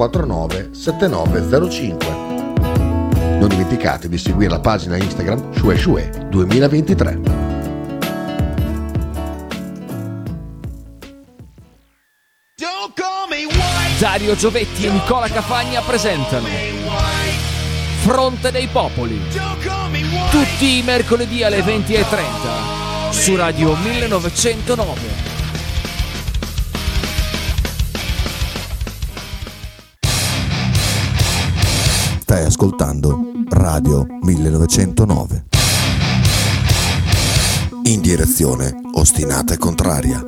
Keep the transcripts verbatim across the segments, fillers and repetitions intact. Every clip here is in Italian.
quattro nove sette nove zero cinque. Non dimenticate di seguire la pagina Instagram Shue Shue duemilaventitré. Dario Giovetti e Nicola Cafagna presentano Fronte dei Popoli, tutti i mercoledì alle venti e trenta su Radio millenovecentonove. Stai ascoltando Radio millenovecentonove. In direzione ostinata e contraria.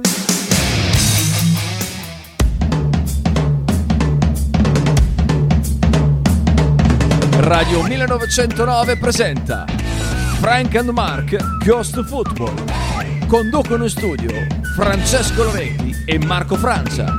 Radio millenovecentonove presenta Frank and Mark Goes to Football. Conducono in studio Francesco Loretti e Marco Francia.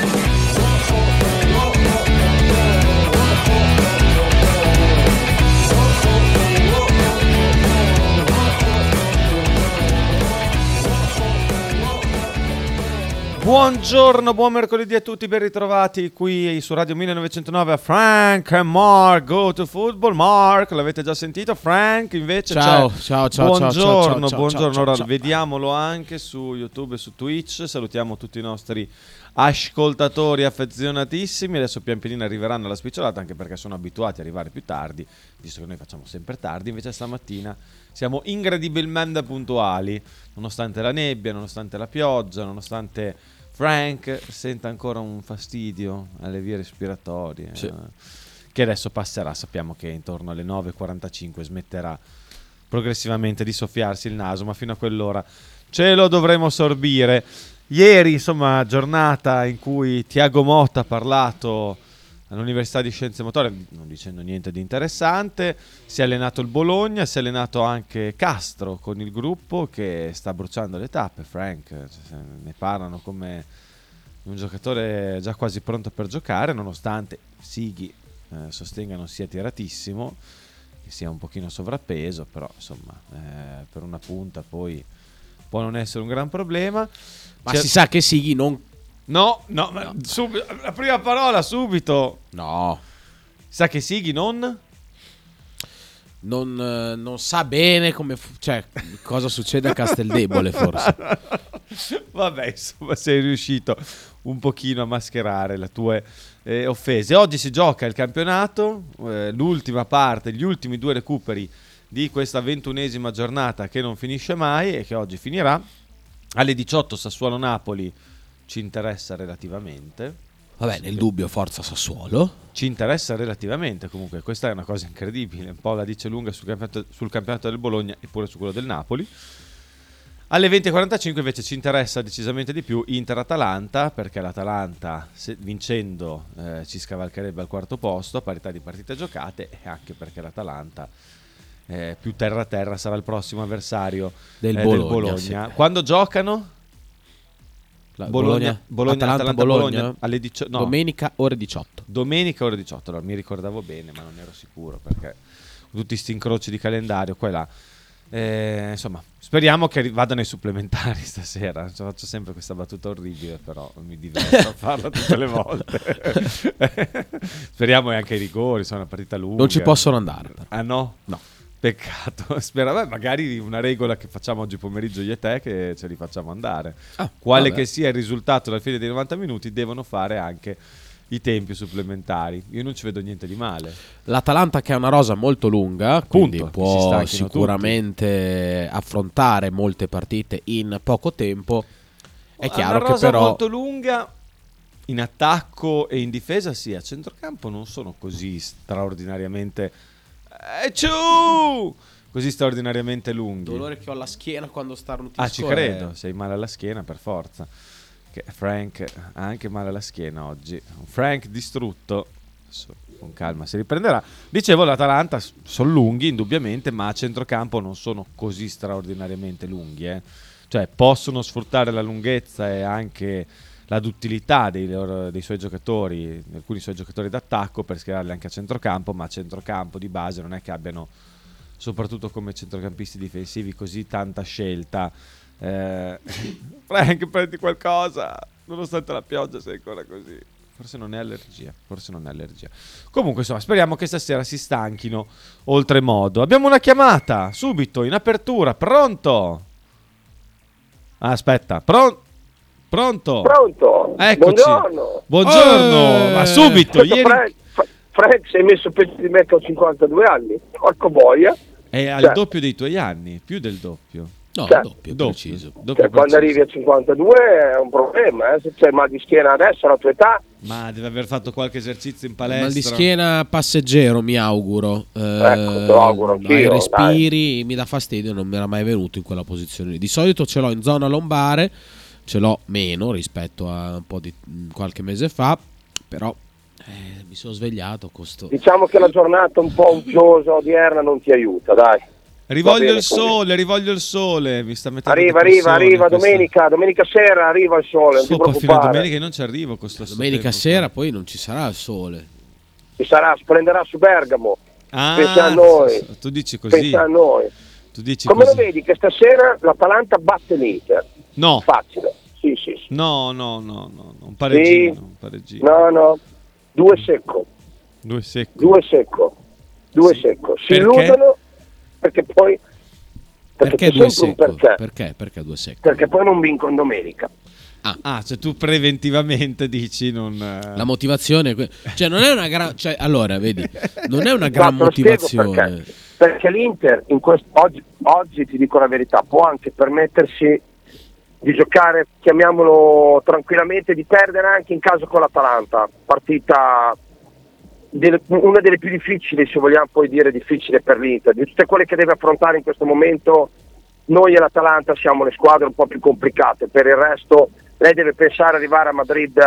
Buongiorno, buon mercoledì a tutti, ben ritrovati qui su Radio millenovecentonove a Frank and Mark Go to Football. Mark, l'avete già sentito? Frank invece ciao, c'è. ciao, ciao, buongiorno, ciao, ciao, ciao, buongiorno. ciao, Ora ciao. vediamolo anche su YouTube e su Twitch. Salutiamo tutti i nostri ascoltatori affezionatissimi. Adesso pian pianino arriveranno alla spicciolata, anche perché sono abituati ad arrivare più tardi, visto che noi facciamo sempre tardi. Invece stamattina siamo incredibilmente puntuali, nonostante la nebbia, nonostante la pioggia, nonostante Frank senta ancora un fastidio alle vie respiratorie, sì. eh, che adesso passerà. Sappiamo che intorno alle nove e quarantacinque smetterà progressivamente di soffiarsi il naso, ma fino a quell'ora ce lo dovremo sorbire. Ieri, insomma, giornata in cui Tiago Motta ha parlato all'Università di Scienze Motorie, non dicendo niente di interessante. Si è allenato il Bologna, si è allenato anche Castro con il gruppo che sta bruciando le tappe. Frank, cioè, ne parlano come un giocatore già quasi pronto per giocare, nonostante Sighi eh, sostenga non sia tiratissimo, che sia un pochino sovrappeso, però insomma eh, per una punta poi può non essere un gran problema. Ma C'è... si sa che Sighi non... No, no, no. Sub... la prima parola subito. No. Sa che Sighi non... Non, eh, non sa bene come fu... cioè, cosa succede a Casteldebole, forse. Vabbè, insomma, sei riuscito un pochino a mascherare le tue eh, offese. Oggi si gioca il campionato, eh, l'ultima parte, gli ultimi due recuperi di questa ventunesima giornata che non finisce mai e che oggi finirà. Alle diciotto Sassuolo-Napoli ci interessa relativamente. Vabbè, nel dubbio forza Sassuolo. Ci interessa relativamente, comunque questa è una cosa incredibile, un po' la dice lunga sul campionato, sul campionato del Bologna e pure su quello del Napoli. Alle venti e quarantacinque invece ci interessa decisamente di più Inter-Atalanta, perché l'Atalanta se, vincendo eh, ci scavalcherebbe al quarto posto a parità di partite giocate, e anche perché l'Atalanta eh, più terra-terra sarà il prossimo avversario del eh, Bologna, del Bologna. Sì. Quando giocano? La Bologna, Bologna, Atalanta, Atalanta, Bologna, Bologna alle dici- no. domenica ore diciotto. Domenica ore diciotto, allora mi ricordavo bene, ma non ero sicuro perché tutti sti incroci di calendario qua e là. Eh, insomma, speriamo che vadano ai supplementari stasera. Cioè, faccio sempre questa battuta orribile, però mi diverto a farla tutte le volte. Speriamo anche ai rigori, sono una partita lunga. Non ci possono andare. Ah no? No. Peccato. Spero, beh, magari una regola che facciamo oggi pomeriggio io e te, che ce li facciamo andare. Ah, Quale vabbè. che sia il risultato alla fine dei novanta minuti, devono fare anche i tempi supplementari. Io non ci vedo niente di male. L'Atalanta, che ha una rosa molto lunga, quindi Punto, si può stanchino sicuramente affrontare molte partite in poco tempo. È Ha chiaro una che rosa però molto lunga in attacco e in difesa, sì. A centrocampo non sono così straordinariamente eh, ciu! così straordinariamente lunghi. dolore che ho alla schiena quando starnutisco. Ah, ci è- credo, sei male alla schiena per forza. Che Frank ha anche male alla schiena oggi. Un Frank distrutto. Adesso, con calma si riprenderà. Dicevo, l'Atalanta s- sono lunghi indubbiamente, ma a centrocampo non sono così straordinariamente lunghi, eh. Cioè possono sfruttare la lunghezza e anche la duttilità dei, loro, dei suoi giocatori, di alcuni suoi giocatori d'attacco, per schierarli anche a centrocampo, ma a centrocampo di base non è che abbiano, soprattutto come centrocampisti difensivi, così tanta scelta. eh, Frank, prendi qualcosa, nonostante la pioggia sei ancora così. Forse non è allergia, forse non è allergia. Comunque, insomma, speriamo che stasera si stanchino oltremodo. Abbiamo una chiamata, subito, in apertura. Pronto? Ah, aspetta, Pron- pronto? Pronto? Eccoci. Buongiorno. Buongiorno, Eh. ma subito, Aspetta, ieri... Frank, Fra- Frank, sei messo peggio di me che ho cinquantadue anni. Porco boia. È al Cioè. doppio dei tuoi anni, più del doppio. No, Cioè, doppio, Doppio, preciso. doppio Cioè, quando preciso. arrivi a cinquantadue è un problema, eh? Se c'è mal di schiena adesso, alla tua età, Ma deve aver fatto qualche esercizio in palestra. Mal di schiena passeggero, mi auguro. Eh, Ecco, te lo auguro anch'io, ai respiri mi dà fastidio, non mi era mai venuto in quella posizione lì. Di solito ce l'ho in zona lombare, ce l'ho meno rispetto a un po' di qualche mese fa, però eh, mi sono svegliato con sto... diciamo che la giornata un po' uggiosa odierna non ti aiuta, dai. Rivoglio bene il così. sole, rivoglio il sole. Mi sta mettendo Arriva, arriva, depressione arriva, questa- domenica, domenica sera arriva il sole, non ti Sopra fino a preoccupare. domenica non ci arrivo con sto Domenica tempo. sera poi non ci sarà il sole. Ci sarà, splenderà su Bergamo, Ah, pensa a noi. tu dici così. pensa a noi. Tu dici Come così. lo vedi che stasera l'Atalanta batte l'Inter? No. Facile, sì, sì, sì. No, no, no, no, no, un pareggino, Sì. un pareggino. No, no, due secco, Due secco. due secco, due Sì. secco. Si Perché? illudono perché poi... Perché c'è due sempre un secco? perché. Perché? Perché due secco? Perché poi non vincono domenica. Ah, cioè tu preventivamente dici non... eh, La motivazione, que- cioè non è una gran, cioè allora vedi, non è una gran Guarda, te lo spiego motivazione. Perché. Perché l'Inter in questo, oggi, oggi ti dico la verità, può anche permettersi di giocare, chiamiamolo tranquillamente, di perdere anche in caso con l'Atalanta. Partita delle- una delle più difficili, se vogliamo poi dire difficile per l'Inter. Di tutte quelle che deve affrontare in questo momento, noi e l'Atalanta siamo le squadre un po' più complicate. Per il resto lei deve pensare ad arrivare a Madrid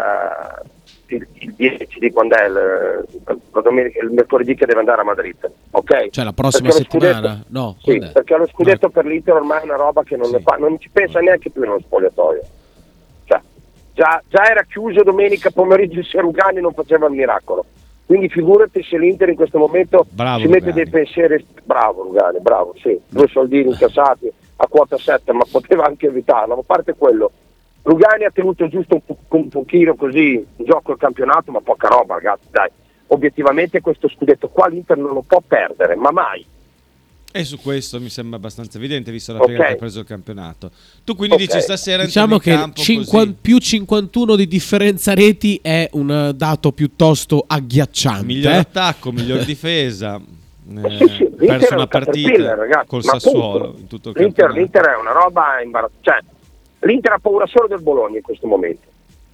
eh, il, il dieci di quando è il, la domenica, il mercoledì che deve andare a Madrid, ok? Cioè la prossima Perché lo settimana? scudetto- No, sì, quando è? perché lo scudetto per l'Inter ormai è una roba che non, Sì. ne fa, non ci pensa neanche più nello spogliatoio. Cioè, già, già era chiuso domenica pomeriggio se Rugani non faceva il miracolo. Quindi figurati se l'Inter in questo momento Bravo si mette Rugani. dei pensieri. Bravo Rugani, bravo, sì, due soldini incassati a quota sette, ma poteva anche evitarlo. Ma a parte quello, Rugani ha tenuto giusto un, po- un pochino così in gioco il campionato, ma poca roba, ragazzi, dai. Obiettivamente questo scudetto qua l'Inter non lo può perdere, ma mai. E su questo mi sembra abbastanza evidente, visto la Ok. piega che ha preso il campionato. Tu quindi Ok. dici stasera Diciamo entriamo che in campo cinquanta così. più cinquantuno di differenza reti è un dato piuttosto agghiacciante. Miglior eh? attacco, miglior difesa. Ma Eh, sì, sì, l'Inter è perso un una partita caterpillar, ragazzi, col ma Sassuolo appunto, in tutto il l'Inter, campionato. l'Inter è una roba imbarazzante. Cioè, l'Inter ha paura solo del Bologna in questo momento.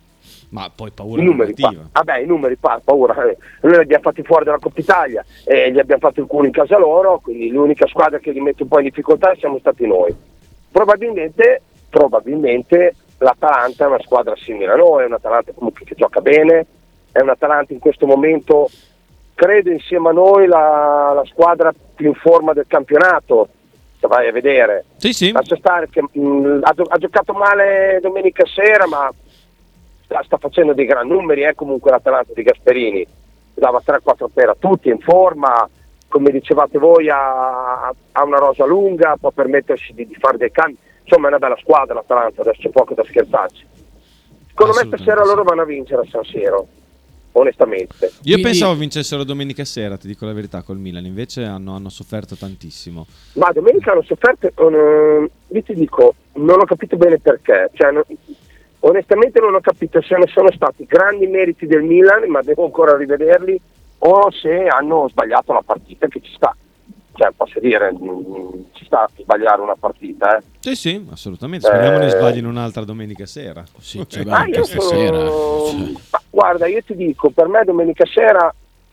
Ma poi paura I numeri, pa- relativa. vabbè, i numeri, pa- paura. eh. Noi li abbiamo fatti fuori dalla Coppa Italia e gli abbiamo fatto il culo in casa loro, quindi l'unica squadra che li mette un po' in difficoltà siamo stati noi. Probabilmente, probabilmente l'Atalanta è una squadra simile a noi, è un'Atalanta comunque che gioca bene, è un'Atalanta in questo momento, credo insieme a noi, la, la squadra più in forma del campionato. Se vai a vedere, Sì, sì. lascia stare che mh, ha, gio- ha giocato male domenica sera, ma sta, sta facendo dei gran numeri, eh, comunque l'Atalanta di Gasperini dava tre quattro per a tutti, è in forma, come dicevate voi ha, ha una rosa lunga, può permettersi di, di fare dei cambi, insomma è una bella squadra l'Atalanta, adesso c'è poco da scherzarci. Secondo me Assolutamente stasera sì. loro vanno a vincere a San Siro, onestamente. Io Quindi- pensavo vincessero domenica sera, ti dico la verità, col Milan, invece hanno, hanno sofferto tantissimo. Ma domenica hanno sofferto, eh, io ti dico, non ho capito bene perché, cioè, non- onestamente non ho capito se ne sono stati grandi meriti del Milan, ma devo ancora rivederli, o se hanno sbagliato la partita, che ci sta, cioè posso dire, mh, ci sta a sbagliare una partita, eh. Sì, sì, assolutamente. Speriamo Eh. ne sbaglino un'altra domenica sera. Sì, cioè, beh, Ah, anche io stasera. sono- cioè. ma guarda, io ti dico, per me domenica sera,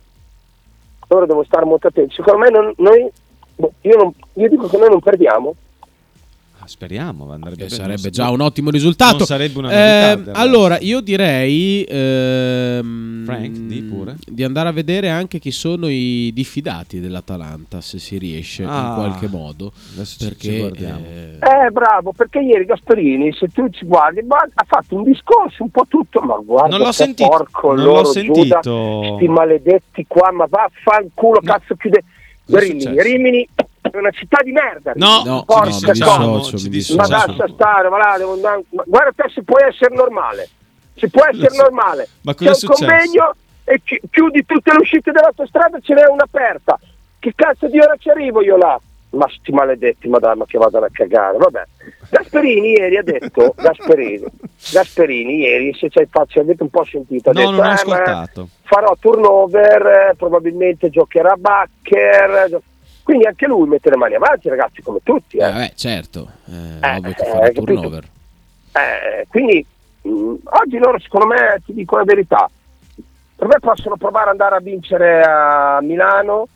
ora devo stare molto attento, secondo me non- noi, boh, io, non- io dico che noi non perdiamo. Ah, speriamo, andrebbe Che bene. sarebbe Non- già un ottimo risultato. non sarebbe una novità, Eh, del allora, resto. io direi ehm, Frank, di pure. di andare a vedere anche chi sono i diffidati dell'Atalanta, se si riesce Ah, in qualche modo. adesso ci- ci Perché guardiamo. eh, Eh, bravo, perché ieri Gasperini, se tu ci guardi, ma ha fatto un discorso un po' tutto, ma guarda Non l'ho che sentito, porco non loro l'ho sentito. Giuda, sti maledetti qua, ma vaffanculo, No. cazzo chiude. Cosa è Rimini, successo? Rimini è una città di merda. No, No, porca no, mi cosa. dissocio, ci mi dissociamo. Ma dissocio. lascia stare, va là, devo andare- ma guarda te se puoi essere normale. si può essere so. normale. Ma c'è cosa è un successo? convegno e chi- chiudi tutte le uscite dell'autostrada, ce n'è una aperta. Che cazzo di ora ci arrivo io là? Ma sti maledetti, madonna, che vadano a cagare. Vabbè, Gasperini ieri ha detto, Gasperini, Gasperini ieri, se c'hai faccia, avete un po' sentito, ha No, detto, non ho eh, ascoltato. ma farò turnover, eh, probabilmente giocherà Bakker, gio- quindi anche lui mette le mani avanti, ragazzi, come tutti. Eh. Eh, beh, certo, è Eh, ovvio che eh, fa il capito? turnover. Eh, quindi mh, oggi loro, secondo me, ti dico la verità, per me possono provare ad andare a vincere a Milano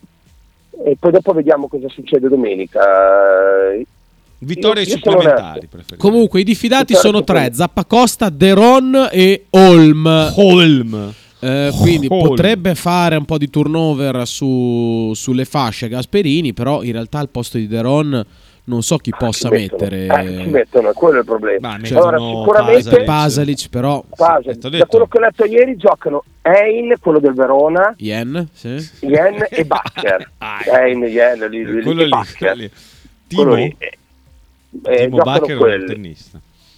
e poi dopo vediamo cosa succede domenica. Eh, Vittorie io- io sono supplementari. preferirei. Comunque i diffidati Certo, sono tre: quello. Zappacosta, Deron e Holm. Holm. Eh, quindi Holm. potrebbe fare un po' di turnover su- sulle fasce Gasperini, però in realtà al posto di Deron non so chi possa ci mettono, mettere. eh, ci mettono, quello è il problema. Ma Allora, mettono sicuramente Pasalic. Pasalic, però Pasalic, T'ho da detto. quello che ho letto ieri giocano Hein, quello del Verona, Yen, sì. Yen e Bakker. Ah, Hein, Yen, lì, lì, quello e lì, Bakker. quello lì. Quello Timo, lì, eh, eh, Timo giocano Bakker è un quelli. tennista.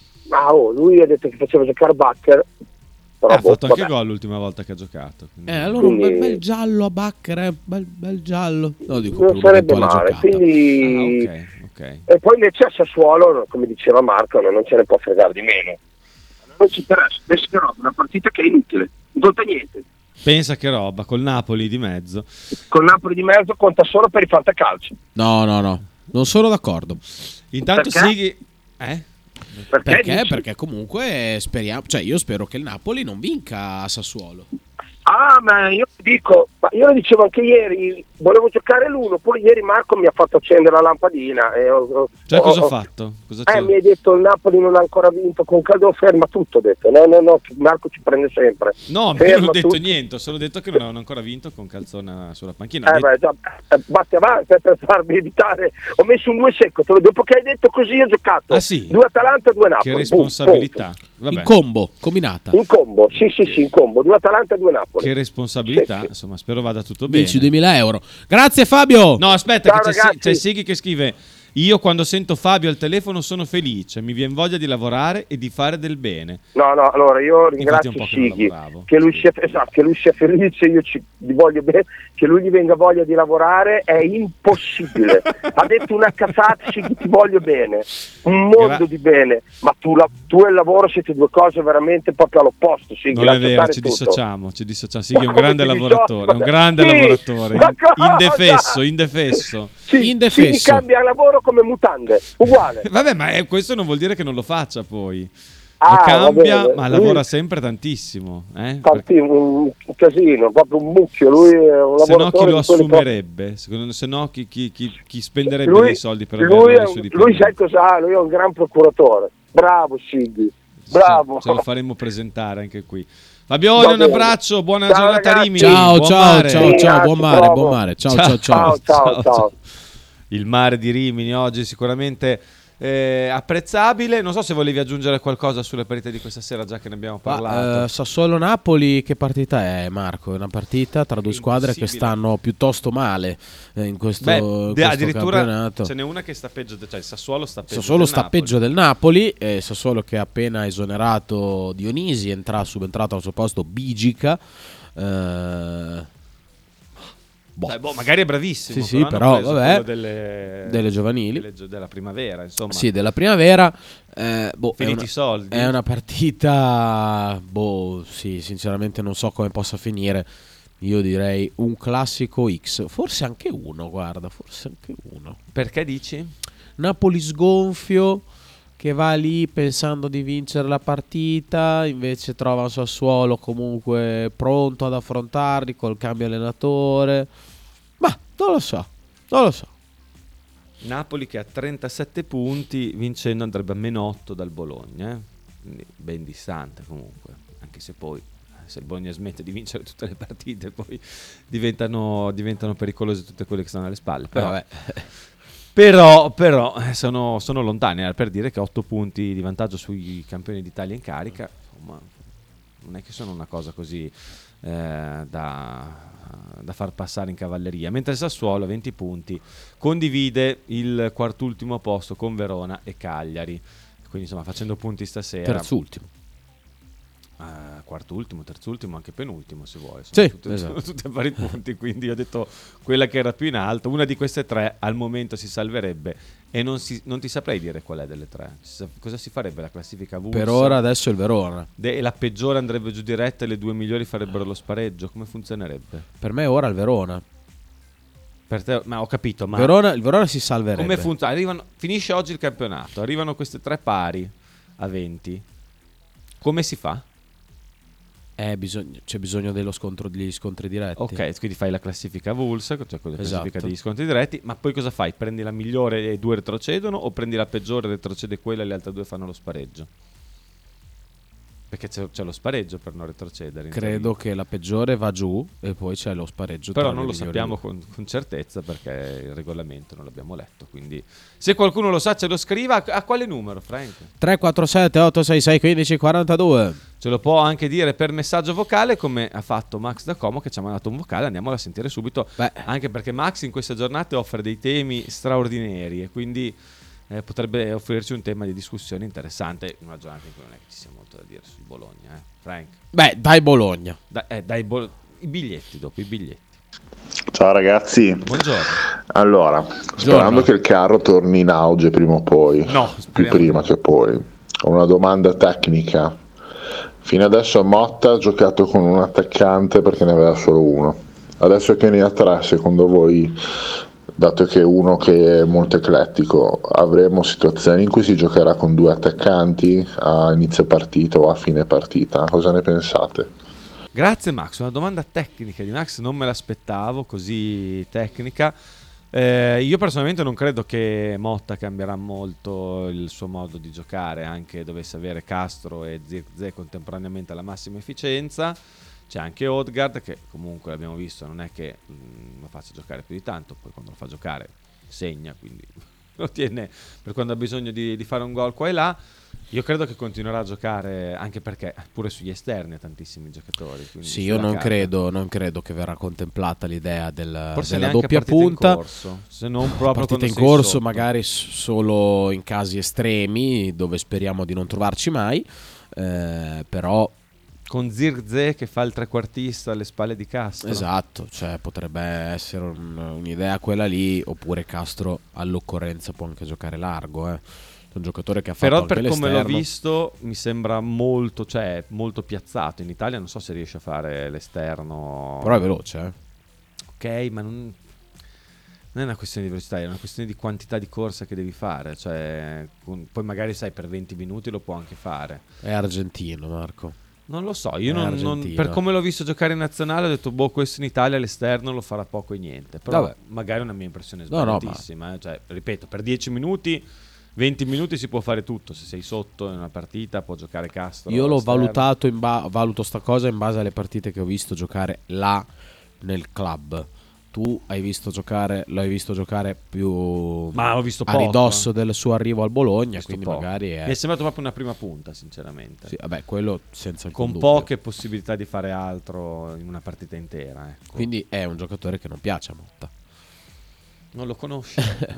Ma oh, lui ha detto che faceva giocare Bakker, però Eh, ha boh, fatto anche vabbè. gol l'ultima volta che ha giocato. quindi- Eh, allora un bel, Quindi- bel giallo a Bakker, eh, bel, bel giallo. No, dico non per sarebbe un'eventuale male, giocata. quindi Ah, ok, ok. e poi invece a Sassuolo, come diceva Marco, no, non ce ne può fregare di meno. Non ci interessa, penso che no, una partita che è inutile, non conta niente. Pensa che roba, col Napoli di mezzo. Con Napoli di mezzo conta solo per i fantacalci. No, no, no, non sono d'accordo. Intanto Perché? Sighi... Eh? Perché? Perché? dici? Perché comunque speriamo, cioè io spero che il Napoli non vinca a Sassuolo. Ah, ma io dico, ma io lo dicevo anche ieri, volevo giocare l'uno, poi ieri Marco mi ha fatto accendere la lampadina. E ho, ho- Cioè ho- cosa ha ho- fatto? Cosa Eh, c'è? mi hai detto il Napoli non ha ancora vinto con caldo, ferma tutto, ho detto. No, no, no, Marco ci prende sempre. No, ma io Ferma non ho detto tutto. niente, ho solo detto che non avevano ancora vinto con Calzona sulla panchina. Eh, beh, già, eh, batti avanti eh, per farmi evitare. Ho messo un due secco, te lo- dopo che hai detto così ho giocato. Ah, sì? Due Atalanta e due Napoli. Che Boom, responsabilità. Vabbè. In combo, combinata. punto. In combo, sì, sì, sì, in combo. Due Atalanta e due Napoli. Che responsabilità, Sì, sì. insomma, spero vada tutto bene. Vinci duemila euro. Grazie Fabio. No, aspetta, Ciao, che c'è, ragazzi. c'è Sighi che scrive: io quando sento Fabio al telefono sono felice, mi viene voglia di lavorare e di fare del bene. No, no, allora io Infatti è ringrazio un po' che non Sighi lavoravo. che lui sia, esatto, che lui sia felice, io ci, gli voglio bene, che lui gli venga voglia di lavorare è impossibile. Ha detto una cazzata, Sighi, ti voglio bene, un mondo Gra- di bene, ma tu, la, tu e il lavoro siete due cose veramente proprio all'opposto, Sighi. Non è lascia vero, stare ci tutto. dissociamo, ci dissociamo. Sighi è un Ma come grande ti lavoratore, è un dissoci? grande Sì, lavoratore, ma in- cosa? indefesso, indefesso. Sì, Indefesso. Sighi cambia lavoro come mutande, uguale. Vabbè, ma eh, questo non vuol dire che non lo faccia poi. Ah, lo cambia, va bene. ma Lui- lavora sempre tantissimo. Eh? Tanti, un, un casino, proprio un mucchio, lui è un Se no lavoratore chi lo di quelli proprio- assumerebbe? Secondo, se no chi, chi- chi- chi spenderebbe lui, dei soldi per lui, avere è i suoi un- lui dipendenti? sai cos'ha? Lui è un gran procuratore. Bravo Sighi, bravo. Ce, ce lo faremo presentare anche qui. Fabione, Va un bene. abbraccio, buona Ciao, giornata a ragazzi. Rimini. Ciao, buon ciao, mare. ciao, Sì, ciao, ah, buon ci mare, provo. buon mare. Ciao, ciao, ciao. Ciao, ciao, ciao. Il mare di Rimini oggi sicuramente eh, apprezzabile. Non so se volevi aggiungere qualcosa sulle partite di questa sera, già che ne abbiamo parlato. Ma, eh, Sassuolo-Napoli, che partita è, Marco? È una partita tra due squadre che Impossibile. stanno piuttosto male eh, in questo, Beh, in de- questo addirittura campionato. ce n'è una che sta peggio, de- cioè il Sassuolo sta peggio. Sassuolo del sta Napoli. peggio del Napoli, eh, Sassuolo che ha appena esonerato Dionisi, entra, subentrato al suo posto Bigica. Eh, boh. Dai, boh, magari è bravissimo. Sì, sì, hanno però, preso vabbè, quello delle, delle giovanili. delle gio- della primavera, insomma. Sì, della primavera. Eh, boh, è Finiti una, i soldi. è una partita, boh, sì, sinceramente non so come possa finire. Io direi un classico X, forse anche uno, guarda, forse anche uno. Perché dici? Napoli sgonfio che va lì pensando di vincere la partita, invece trova un Sassuolo comunque pronto ad affrontarli col cambio allenatore. Ma non lo so, non lo so. Napoli che ha trentasette punti, vincendo andrebbe a meno otto dal Bologna, eh? Quindi ben distante comunque, anche se poi eh, se il Bologna smette di vincere tutte le partite poi diventano, diventano pericolose tutte quelle che stanno alle spalle. Però, Vabbè. però, però eh, sono, sono lontani, eh, per dire che otto punti di vantaggio sui campioni d'Italia in carica, insomma, non è che sono una cosa così eh, da... da far passare in cavalleria, mentre il Sassuolo a venti punti condivide il quartultimo posto con Verona e Cagliari, quindi insomma facendo punti stasera Terzultimo. eh, quarto ultimo, terzo ultimo, anche penultimo se vuoi. Sì, tutte, esatto. sono tutti a vari punti, quindi ho detto quella che era più in alto, una di queste tre al momento si salverebbe e non, si, non ti saprei dire qual è delle tre. Cosa si farebbe la classifica avulsa? Per ora adesso è il Verona. De- e la peggiore andrebbe giù diretta e le due migliori farebbero lo spareggio. Come funzionerebbe? Per me ora il Verona. Per te, ma ho capito, ma Verona, il Verona si salverebbe. come funziona? Arrivano, finisce oggi il campionato, arrivano queste tre pari a venti. Come si fa? Eh, bisogna, c'è bisogno dello scontro degli scontri diretti. Ok, quindi fai la classifica avulsa, cioè con la classifica Esatto. degli scontri diretti, ma poi cosa fai? Prendi la migliore e due retrocedono o prendi la peggiore e retrocede quella e le altre due fanno lo spareggio? Perché c'è, c'è lo spareggio per non retrocedere. in Credo teoria. che la peggiore va giù e poi c'è lo spareggio. Però tra non le lo migliori sappiamo due. con, con certezza perché il regolamento non l'abbiamo letto. Quindi se qualcuno lo sa ce lo scriva. A, a quale numero, Frank? tre quattro sette otto sei sei uno cinque quattro due. Ce lo può anche dire per messaggio vocale come ha fatto Max da Como che ci ha mandato un vocale. Andiamolo a sentire subito. Beh. Anche perché Max in queste giornate offre dei temi straordinari e quindi eh, potrebbe offrirci un tema di discussione interessante in una giornata in cui non è che ci sia molto da dire sul Bologna, eh? Frank. Beh, dai Bologna. Da, eh, dai bol- i biglietti dopo, i biglietti. Ciao ragazzi, Buongiorno. allora, sperando che il carro torni in auge prima o poi, No, più speriamo prima di che poi, ho una domanda tecnica. Fino adesso Motta ha giocato con un attaccante perché ne aveva solo uno, adesso che ne ha tre, secondo voi, dato che è uno che è molto eclettico, avremo situazioni in cui si giocherà con due attaccanti a inizio partita o a fine partita? Cosa ne pensate? Grazie Max, una domanda tecnica di Max, non me l'aspettavo così tecnica. Eh, io personalmente non credo che Motta cambierà molto il suo modo di giocare, anche dovesse avere Castro e Zirkzee contemporaneamente alla massima efficienza. C'è anche Odegaard che comunque l'abbiamo visto, non è che mh, lo faccia giocare più di tanto, poi quando lo fa giocare segna, quindi lo tiene per quando ha bisogno di, di fare un gol qua e là. Io credo che continuerà a giocare anche perché pure sugli esterni ha tantissimi giocatori. Sì, io sulla non carta. credo, non credo che verrà contemplata l'idea del, Forse della neanche doppia partita in punta. corso, se non proprio Partita quando in sei corso, sotto. magari s- solo in casi estremi, dove speriamo di non trovarci mai. Eh, però, Con Zirkzee che fa il trequartista alle spalle di Castro. esatto, cioè potrebbe essere un- un'idea quella lì. Oppure Castro all'occorrenza può anche giocare largo. Eh. È un giocatore che ha fatto Però anche per come l'ho l'esterno. visto mi sembra molto, cioè, molto piazzato. In Italia non so se riesce a fare l'esterno. Però è veloce, eh. Ok, ma non, non è una questione di velocità, è una questione di quantità di corsa che devi fare. Cioè, con- poi magari sai per venti minuti lo può anche fare. È argentino, Marco. Non lo so, io È non, non- argentino. per come l'ho visto giocare in nazionale ho detto boh, questo in Italia all'esterno lo farà poco e niente. Però Vabbè. magari è una mia impressione No, no, sbagliatissima. eh. Cioè, ripeto, per dieci minuti, venti minuti si può fare tutto. Se sei sotto in una partita può giocare Castro. Io l'ho esterno. valutato in ba- valuto sta cosa in base alle partite che ho visto giocare là nel club. Tu hai visto giocare, l'hai visto giocare più Ma ho visto a poco, ridosso eh. del suo arrivo al Bologna, Visto quindi poco. magari è, Mi è sembrato proprio una prima punta, sinceramente. sì, vabbè, quello senza alcun Con dubbio. poche possibilità di fare altro in una partita intera. Ecco. Quindi è un giocatore che non piace a Motta. Non lo conosci.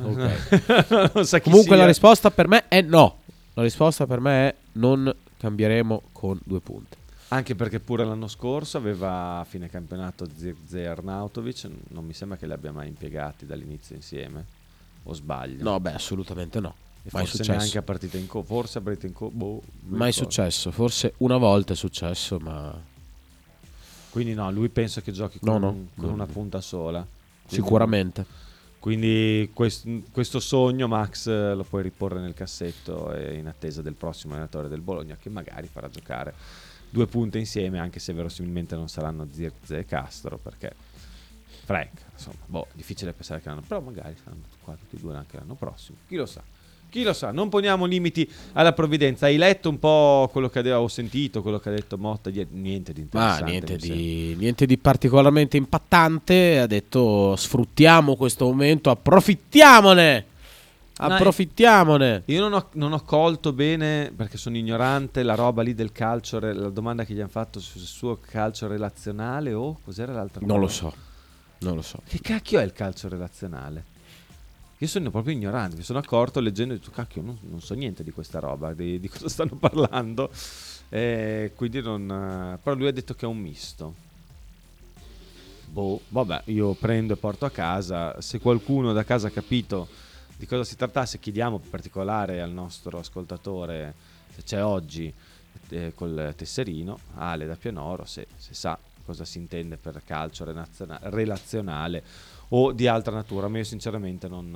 Ok. Non sa chi Comunque la sia. risposta per me è no. La risposta per me è non cambieremo con due punte. Anche perché pure l'anno scorso aveva a fine campionato Zirkzee e Arnautovic, non mi sembra che li abbia mai impiegati dall'inizio insieme, o sbaglio? No, beh, assolutamente no. E Mai forse successo. neanche a partita in co, forse a partita in co, boh, non Mai ricordo. successo. Forse una volta è successo, ma Quindi no, lui penso che giochi No, con, no, con no. una punta sola. Quindi- sicuramente. Quindi quest- questo sogno Max eh, lo puoi riporre nel cassetto eh, in attesa del prossimo allenatore del Bologna che magari farà giocare due punte insieme, anche se verosimilmente non saranno Zirkzee e Castro, perché Frank, insomma, boh, difficile pensare che l'anno, però magari saranno qua tutti e due anche l'anno prossimo, chi lo sa. Chi lo sa, non poniamo limiti alla provvidenza. Hai letto un po' quello che avevo sentito, quello che ha detto Motta? Die- Niente di Ma interessante. niente mi sembra. di, niente di particolarmente impattante. Ha detto sfruttiamo questo momento, approfittiamone. No, Approfittiamone. Io non ho, non ho colto bene, perché sono ignorante, la roba lì del calcio, re- la domanda che gli hanno fatto sul suo calcio relazionale o cos'era l'altra Non lo cosa? so. Non lo so. Che cacchio è il calcio relazionale? Io sono proprio ignorante, mi sono accorto leggendo e ho detto, cacchio, non, non so niente di questa roba, di, di cosa stanno parlando. E quindi non... Però lui ha detto che è un misto. Boh, vabbè, io prendo e porto a casa. Se qualcuno da casa ha capito di cosa si trattasse, chiediamo in particolare al nostro ascoltatore se c'è oggi eh, col tesserino, Ale da Pianoro, se, se sa cosa si intende per calcio relaziona- relazionale o di altra natura. Ma io sinceramente non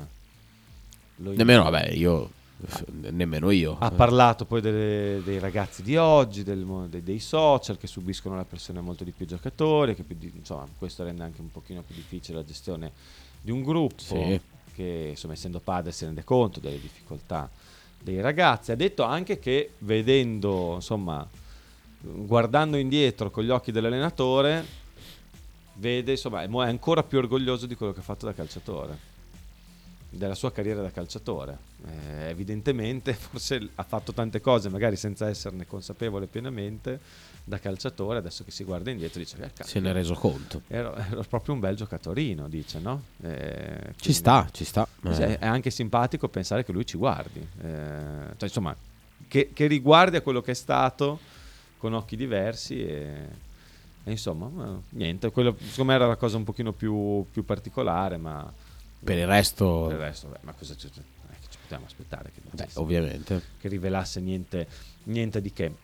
eh, lo Nemmeno, vabbè, io nemmeno io. Ha parlato poi delle, dei ragazzi di oggi, del, dei, dei social che subiscono la pressione molto di più giocatori, che più di, insomma, questo rende anche un pochino più difficile la gestione di un gruppo, sì. Che insomma, essendo padre si rende conto delle difficoltà dei ragazzi. Ha detto anche che vedendo, insomma, guardando indietro con gli occhi dell'allenatore, vede, insomma, è ancora più orgoglioso di quello che ha fatto da calciatore, della sua carriera da calciatore. Eh, evidentemente forse ha fatto tante cose magari senza esserne consapevole pienamente da calciatore, adesso che si guarda indietro dice eh, se ne è reso conto, ero, ero proprio un bel giocatorino, dice, no? Eh, ci sta, ci sta. Eh. È anche simpatico pensare che lui ci guardi, eh, cioè, insomma, che, che riguardi a quello che è stato con occhi diversi e, e insomma, niente, quello secondo me era la cosa un pochino più, più particolare, ma per il resto, per il resto beh, ma cosa ci, ci potevamo aspettare che, beh, ovviamente, che rivelasse niente, niente di che.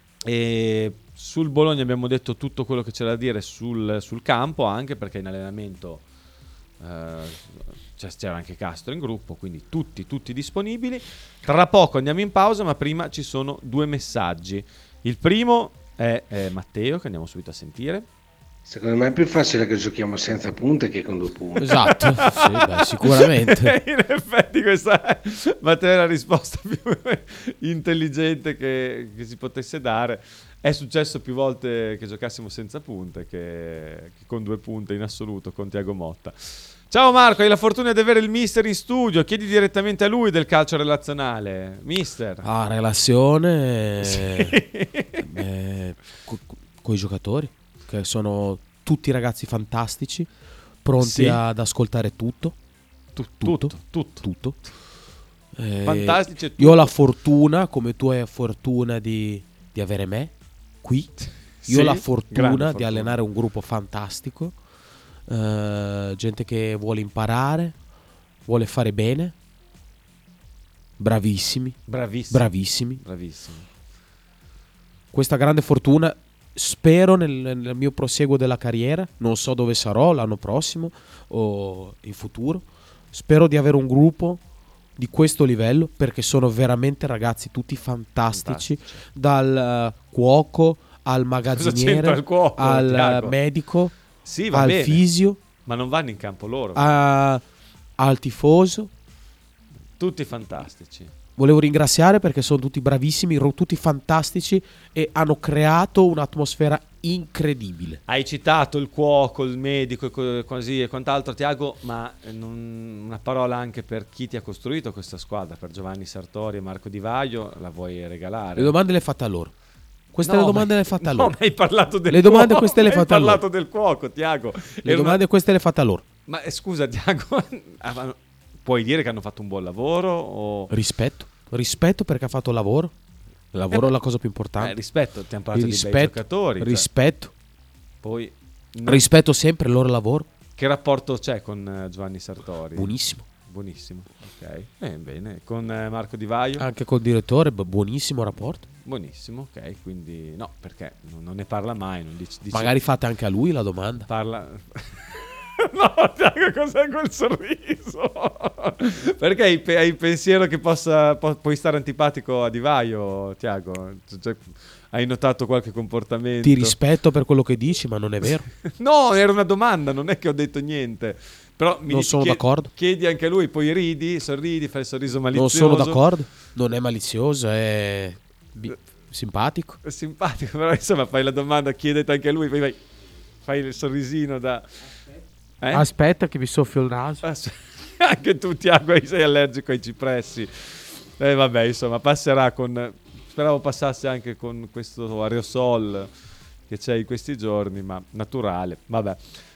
E sul Bologna abbiamo detto tutto quello che c'era da dire sul, sul campo, anche perché in allenamento eh, c'era anche Castro in gruppo, quindi tutti, tutti disponibili. Tra poco andiamo in pausa, ma prima ci sono due messaggi. Il primo è, è Matteo, che andiamo subito a sentire. Secondo me è più facile che giochiamo senza punte che con due punte. Esatto, sì, beh, sicuramente. In effetti questa è, Matteo, è la risposta più intelligente che, che si potesse dare. È successo più volte che giocassimo senza punte che, che con due punte in assoluto con Thiago Motta. Ciao Marco, hai la fortuna di avere il mister in studio, chiedi direttamente a lui del calcio relazionale. Mister. Ah, relazione sì. eh, co- con i giocatori, che sono tutti ragazzi fantastici, pronti sì. ad ascoltare tutto. Tu, tutto, tutto, tutto. tutto. Eh, Fantastici. Tutto. Io ho la fortuna, come tu hai la fortuna di, di avere me qui. Io sì, ho la fortuna, fortuna di allenare un gruppo fantastico, uh, gente che vuole imparare, vuole fare bene, bravissimi, bravissimi, bravissimi. bravissimi. Questa grande fortuna. Spero nel, nel mio proseguo della carriera, non so dove sarò l'anno prossimo o in futuro, spero di avere un gruppo di questo livello, perché sono veramente ragazzi tutti fantastici, fantastici. Dal uh, cuoco al magazziniere cuoco, al Thiago? medico, sì, va al bene. fisio, ma non vanno in campo loro, a, al tifoso, tutti fantastici. Volevo ringraziare perché sono tutti bravissimi, tutti fantastici e hanno creato un'atmosfera incredibile. Hai citato il cuoco, il medico e così e quant'altro, Thiago, ma non, una parola anche per chi ti ha costruito questa squadra, per Giovanni Sartori e Marco Di Vaio, la vuoi regalare? Le domande le hai fatte a loro. Queste no, le domande le hai fatte a loro. No, ma hai parlato del le cuoco. Domande queste le hai fatte hai a loro. parlato del cuoco, Thiago. Le Era domande una... queste le hai fatte a loro. Ma eh, scusa, Thiago, puoi dire che hanno fatto un buon lavoro? O... Rispetto, rispetto perché ha fatto il lavoro. Il lavoro eh, è la cosa più importante. Eh, rispetto, ti hanno parlato rispetto, di bei giocatori. Rispetto. Cioè. Poi, no. Rispetto sempre il loro lavoro. Che rapporto c'è con uh, Giovanni Sartori? Buonissimo. Buonissimo, ok. Eh, bene. Con uh, Marco Di Vaio? Anche col direttore, buonissimo rapporto. Buonissimo, ok. Quindi, no, perché non, non ne parla mai. Non dice, dice... Magari fate anche a lui la domanda. Parla... No, Thiago, cos'è quel sorriso? Perché hai, hai il pensiero che possa pu- puoi stare antipatico a Di Vaio, Thiago? Cioè, hai notato qualche comportamento? Ti rispetto per quello che dici, ma non è vero. No, era una domanda, non è che ho detto niente. Però mi non dici, sono chied- d'accordo. Chiedi anche a lui, poi ridi, sorridi, fai il sorriso malizioso. Non sono d'accordo. Non è malizioso, è bi- simpatico. È simpatico, però insomma fai la domanda, chiedete anche a lui, poi vai, fai il sorrisino da... Eh? Aspetta che vi soffio il naso. Anche tu, Thiago, sei allergico ai cipressi. E eh, vabbè, insomma, passerà con... Speravo passasse anche con questo aerosol che c'è in questi giorni, ma naturale. Vabbè.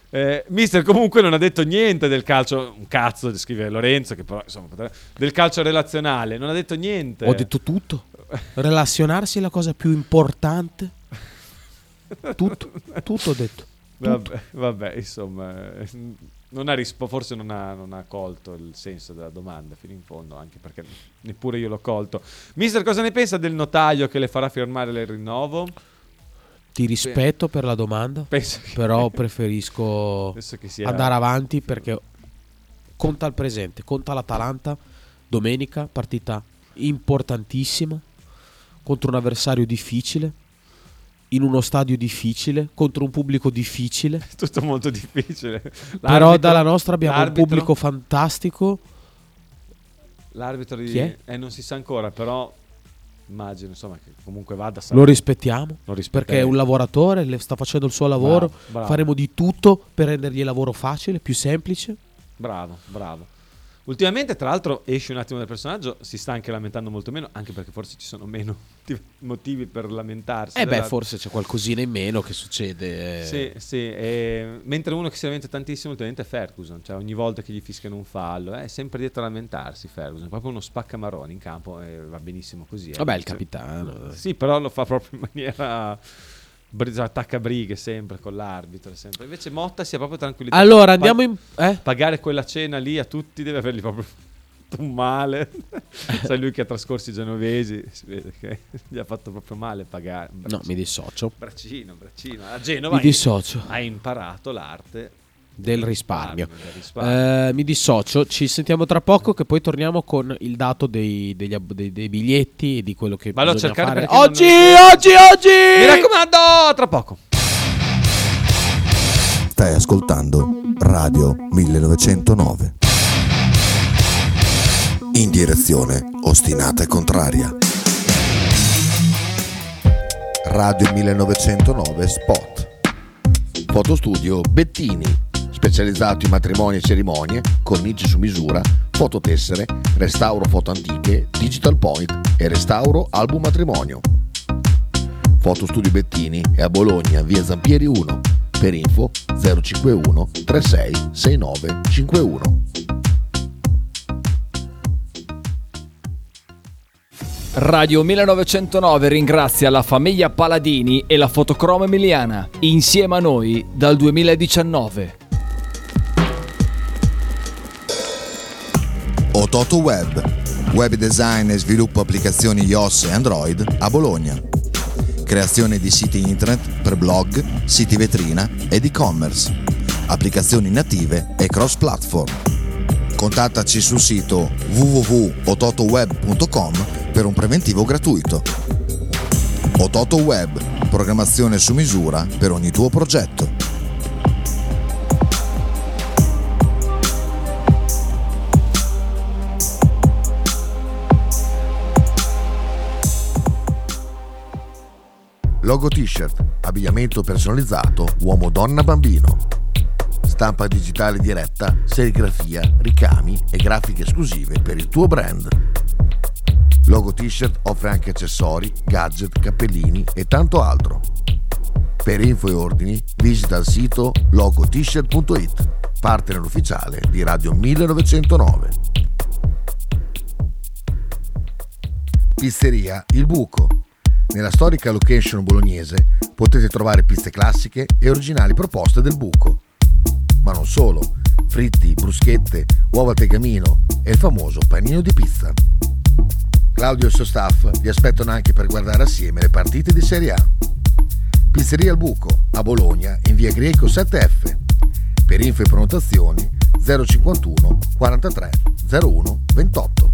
Eh, mister comunque non ha detto niente del calcio, un cazzo, scrive Lorenzo, che però insomma del calcio relazionale, non ha detto niente. Ho detto tutto. Relazionarsi è la cosa più importante. Tutto, tutto ho detto. Tutto. Vabbè, vabbè, insomma, non ha rispo- forse non ha, non ha colto il senso della domanda fino in fondo, anche perché neppure io l'ho colto. Mister, cosa ne pensa del notaio che le farà firmare il rinnovo? Ti rispetto per la domanda, Penso che- però preferisco Penso che sia- andare avanti perché conta il presente, conta l'Atalanta, domenica, partita importantissima, contro un avversario difficile, in uno stadio difficile, contro un pubblico difficile. Tutto molto difficile. Però L'arbitro- dalla nostra abbiamo un l'arbitro- pubblico fantastico. L'arbitro di... Chi è? Eh, non si sa ancora, però immagino insomma che comunque vada a Lo rispettiamo Lo perché è rispetterei. un lavoratore, le sta facendo il suo lavoro. Bravo, bravo. Faremo di tutto per rendergli il lavoro facile, più semplice. Bravo, bravo. Ultimamente, tra l'altro, esce un attimo dal personaggio, si sta anche lamentando molto meno, anche perché forse ci sono meno motivi per lamentarsi. Eh beh, della- forse c'è qualcosina in meno che succede. Sì, sì, e- mentre uno che si lamenta tantissimo ultimamente è Ferguson, cioè ogni volta che gli fischiano un fallo è sempre dietro a lamentarsi Ferguson, proprio uno spaccamaroni in campo e va benissimo così. eh. Vabbè, il Cioè- capitano. Sì, però lo fa proprio in maniera... br- attacca brighe sempre con l'arbitro, sempre. Invece Motta si è proprio tranquillizzato. Allora, andiamo in... Eh? Pagare quella cena lì a tutti deve avergli proprio fatto un male. Sai, lui che ha trascorso i genovesi, si vede che gli ha fatto proprio male pagare. Un No, braccino, mi dissocio. braccino, braccino. A Genova Mi dissocio ha imparato l'arte del risparmio. del risparmio. Eh, mi dissocio. Ci sentiamo tra poco, che poi torniamo con il dato dei, degli ab- dei, dei biglietti e di quello che Vallo a bisogna cercare fare. perché non Oggi, è- oggi, oggi! Mi raccomando, tra poco. Stai ascoltando Radio millenovecentonove. In direzione ostinata e contraria. Radio millenovecentonove Spot. Fotostudio Bettini, specializzato in matrimoni e cerimonie, cornici su misura, fototessere, restauro foto antiche, digital point e restauro album matrimonio. Fotostudio Bettini è a Bologna, via Zampieri uno. Per info zero cinquantuno trentasei sessantanove cinquantuno. Radio millenovecentonove ringrazia la famiglia Paladini e la Fotocromo Emiliana, insieme a noi dal duemiladiciannove. Ototo Web, web design e sviluppo applicazioni iOS e Android a Bologna. Creazione di siti internet per blog, siti vetrina ed e-commerce, applicazioni native e cross-platform. Contattaci sul sito w w w punto ototoweb punto com per un preventivo gratuito. Ototo Web, programmazione su misura per ogni tuo progetto. Logo t-shirt, abbigliamento personalizzato, uomo, donna, bambino. Stampa digitale diretta, serigrafia, ricami e grafiche esclusive per il tuo brand. Logo t-shirt offre anche accessori, gadget, cappellini e tanto altro. Per info e ordini visita il sito logo t shirt punto it, partner ufficiale di Radio millenovecentonove. Pizzeria Il Buco. Nella storica location bolognese potete trovare pizze classiche e originali proposte del buco. Ma non solo, fritti, bruschette, uova al tegamino e il famoso panino di pizza. Claudio e il suo staff vi aspettano anche per guardare assieme le partite di Serie A. Pizzeria Il Buco, a Bologna, in via Greco sette F. Per info e prenotazioni zero cinquantuno quarantatré zero uno ventotto.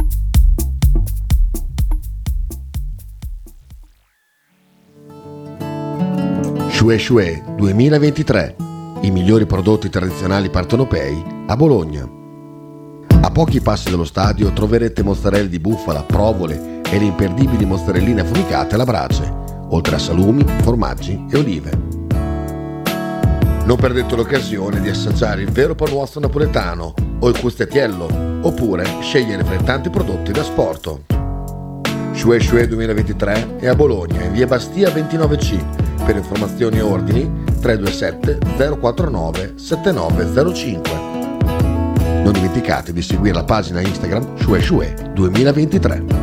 Shue Shue duemilaventitré, i migliori prodotti tradizionali partenopei a Bologna. A pochi passi dallo stadio troverete mozzarella di bufala, provole e le imperdibili mozzarelline affumicate alla brace, oltre a salumi, formaggi e olive. Non perdete l'occasione di assaggiare il vero panuozzo napoletano o il custettiello, oppure scegliere fra i tanti prodotti da sport. Shue Shue duemilaventitré è a Bologna, in via Bastia ventinove C, Per informazioni e ordini tre due sette zero quattro nove sette nove zero cinque. Non dimenticate di seguire la pagina Instagram Shue Shue duemilaventitré.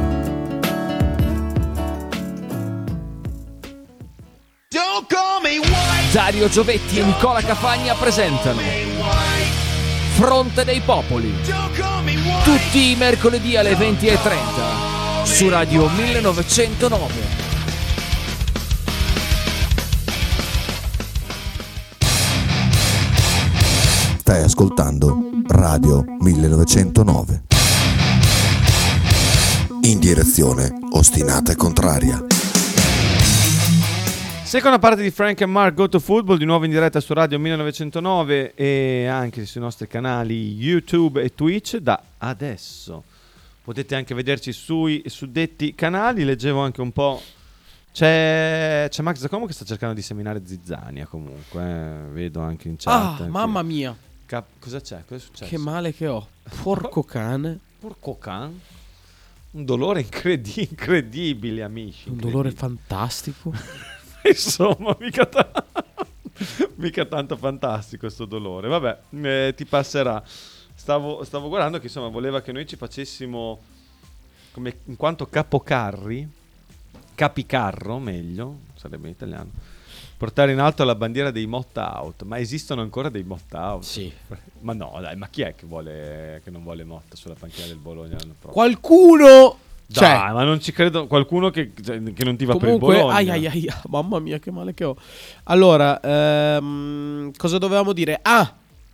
Dario Giovetti e Nicola Cafagna presentano Fronte dei Popoli, tutti i mercoledì alle venti e trenta su Radio millenovecentonove. Stai ascoltando Radio millenovecentonove. In direzione ostinata e contraria. Seconda parte di Frank and Mark Go to Football, di nuovo in diretta su Radio millenovecentonove e anche sui nostri canali YouTube e Twitch da adesso. Potete anche vederci sui suddetti canali. Leggevo anche un po'. C'è, c'è Max Giacomo che sta cercando di seminare zizzania comunque. Eh. Vedo anche in chat. Ah, anche. mamma mia. Cap- cosa c'è? Cosa è successo? Che male che ho. Porco cane. Porco can. Un dolore incredi- incredibile, amici. Un dolore fantastico. Insomma, mica, t- mica tanto fantastico questo dolore. Vabbè, eh, ti passerà. Stavo, stavo guardando che insomma voleva che noi ci facessimo, come in quanto capocarri, capicarro meglio, sarebbe in italiano, portare in alto la bandiera dei Motta Out. Ma esistono ancora dei Motta Out? Sì. Ma no, dai, ma chi è che, vuole, che non vuole Motta sulla panchina del Bologna l'anno prossimo? Qualcuno... Dai, Cioè, ma non ci credo. Qualcuno che, cioè, che non ti va comunque, per il Bologna. ai, ai, ai, mamma mia che male che ho. Allora, ehm, cosa dovevamo dire? Ah,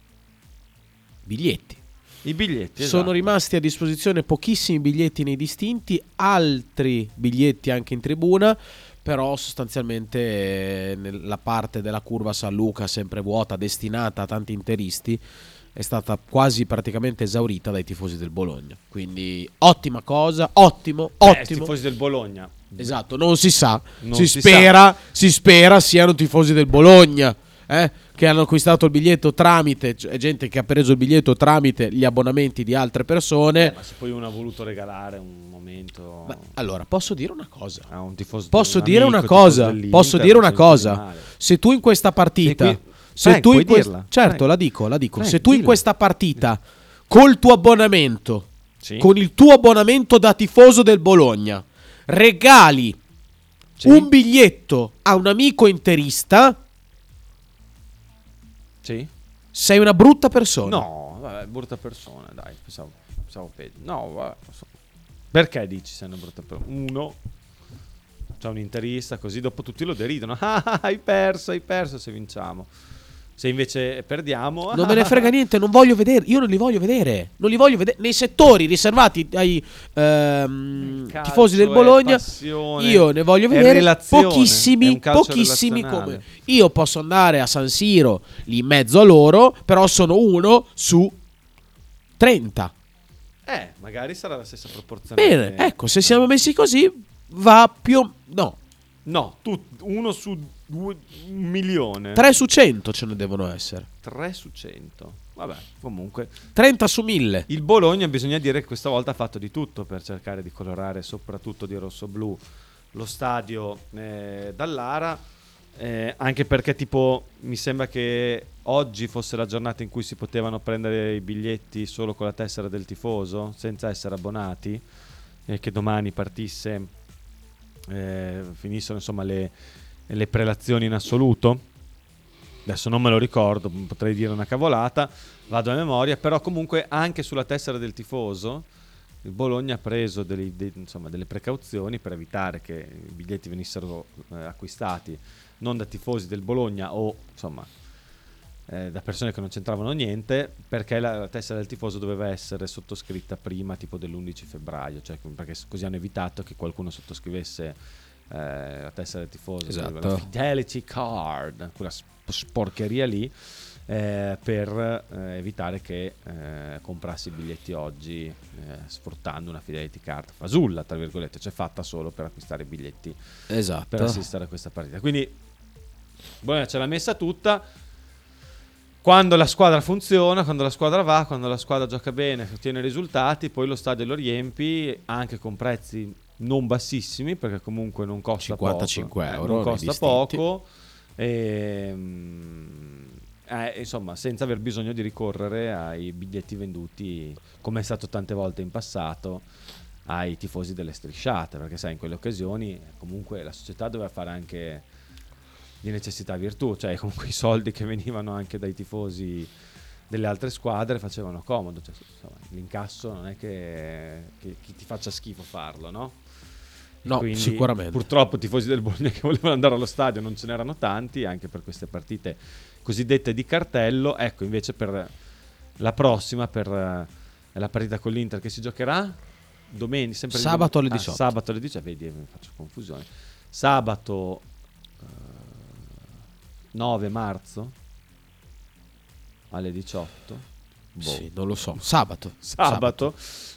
biglietti. I biglietti, Sono esatto. rimasti a disposizione pochissimi biglietti nei distinti, altri biglietti anche in tribuna, però sostanzialmente eh, nella parte della curva San Luca, sempre vuota, destinata a tanti interisti, è stata quasi praticamente esaurita dai tifosi del Bologna. Quindi ottima cosa, ottimo, Eh, ottimo. tifosi del Bologna. Esatto, non si sa, Non si, si spera, si spera siano tifosi del Bologna, eh, che hanno acquistato il biglietto tramite, cioè gente che ha preso il biglietto tramite gli abbonamenti di altre persone. Eh, ma se poi uno ha voluto regalare un momento Ma, allora, posso dire una cosa? a un tifoso, Posso un dire amico una tifoso cosa? dell'Inter, Posso dire non una c'è niente di cosa? male. Se tu in questa partita, E qui- se Frank, tu in puoi quest- dirla? certo, Frank. la dico, la dico. Frank, Se tu in dilla. questa partita col tuo abbonamento, Sì. con il tuo abbonamento da tifoso del Bologna, regali Sì. un biglietto a un amico interista, Sì? sei una brutta persona. No, vabbè, brutta persona, dai, pensavo, pensavo peggio. No, vabbè, non so. Perché dici sei una brutta persona? Uno, c'è un interista, così dopo tutti lo deridono. Ah, hai perso, hai perso se vinciamo. Se invece perdiamo... Non me ne frega niente, non voglio vedere. Io non li voglio vedere. Non li voglio vedere. Nei settori riservati ai ehm, Calcio tifosi del è Bologna, passione, io ne voglio è vedere relazione, è pochissimi. un calcio Pochissimi relazionale. come. Io posso andare a San Siro lì in mezzo a loro, però sono uno su trenta. Eh, magari sarà la stessa proporzione. Bene, ecco, se siamo messi così, va più. o- No, No, tu, uno su due, un milione. tre su cento ce ne devono essere. tre su cento. Vabbè, comunque. trenta su mille. Il Bologna, bisogna dire che questa volta ha fatto di tutto per cercare di colorare, soprattutto di rosso-blu, lo stadio eh, dall'Ara. Eh, anche perché tipo mi sembra che oggi fosse la giornata in cui si potevano prendere i biglietti solo con la tessera del tifoso, senza essere abbonati, e che domani partisse, eh, finissero insomma le, le prelazioni in assoluto. Adesso non me lo ricordo, potrei dire una cavolata, vado a memoria, però comunque anche sulla tessera del tifoso il Bologna ha preso delle, de, insomma, delle precauzioni per evitare che i biglietti venissero eh, acquistati non da tifosi del Bologna o insomma eh, da persone che non c'entravano niente, perché la, la tessera del tifoso doveva essere sottoscritta prima tipo dell'undici febbraio, cioè perché così hanno evitato che qualcuno sottoscrivesse eh, la tessera del tifoso, Esatto. la Fidelity Card, quella sporcheria lì, eh, per eh, evitare che eh, comprassi i biglietti oggi eh, sfruttando una Fidelity Card fasulla, tra virgolette, cioè fatta solo per acquistare i biglietti Esatto. per assistere a questa partita. Quindi Bologna ce l'ha messa tutta. Quando la squadra funziona, quando la squadra va, quando la squadra gioca bene, ottiene risultati, poi lo stadio lo riempi anche con prezzi non bassissimi, perché comunque non costa cinquantacinque poco, euro, non costa distinti. poco, e, eh, insomma, senza aver bisogno di ricorrere ai biglietti venduti, come è stato tante volte in passato, ai tifosi delle strisciate, perché sai, in quelle occasioni comunque la società doveva fare anche di necessità virtù, cioè comunque i soldi che venivano anche dai tifosi delle altre squadre facevano comodo, cioè, insomma, l'incasso non è che, che, che ti faccia schifo farlo, no? No, Quindi, sicuramente. purtroppo i tifosi del Bologna che volevano andare allo stadio non ce n'erano tanti, anche per queste partite cosiddette di cartello. Ecco, invece per la prossima, per eh, la partita con l'Inter che si giocherà domenica, sempre di Sabato alle dom- diciotto. Ah, sabato alle diciotto, vedi, mi faccio confusione. Sabato eh, nove marzo alle diciotto. Boh. Sì, non lo so. Sabato. Sabato,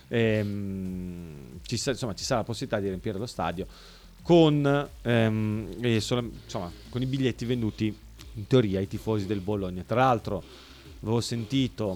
ehm, ci, sa- insomma, ci sarà la possibilità di riempire lo stadio con, ehm, e solo- insomma, con i biglietti venduti in teoria ai tifosi del Bologna. Tra l'altro avevo sentito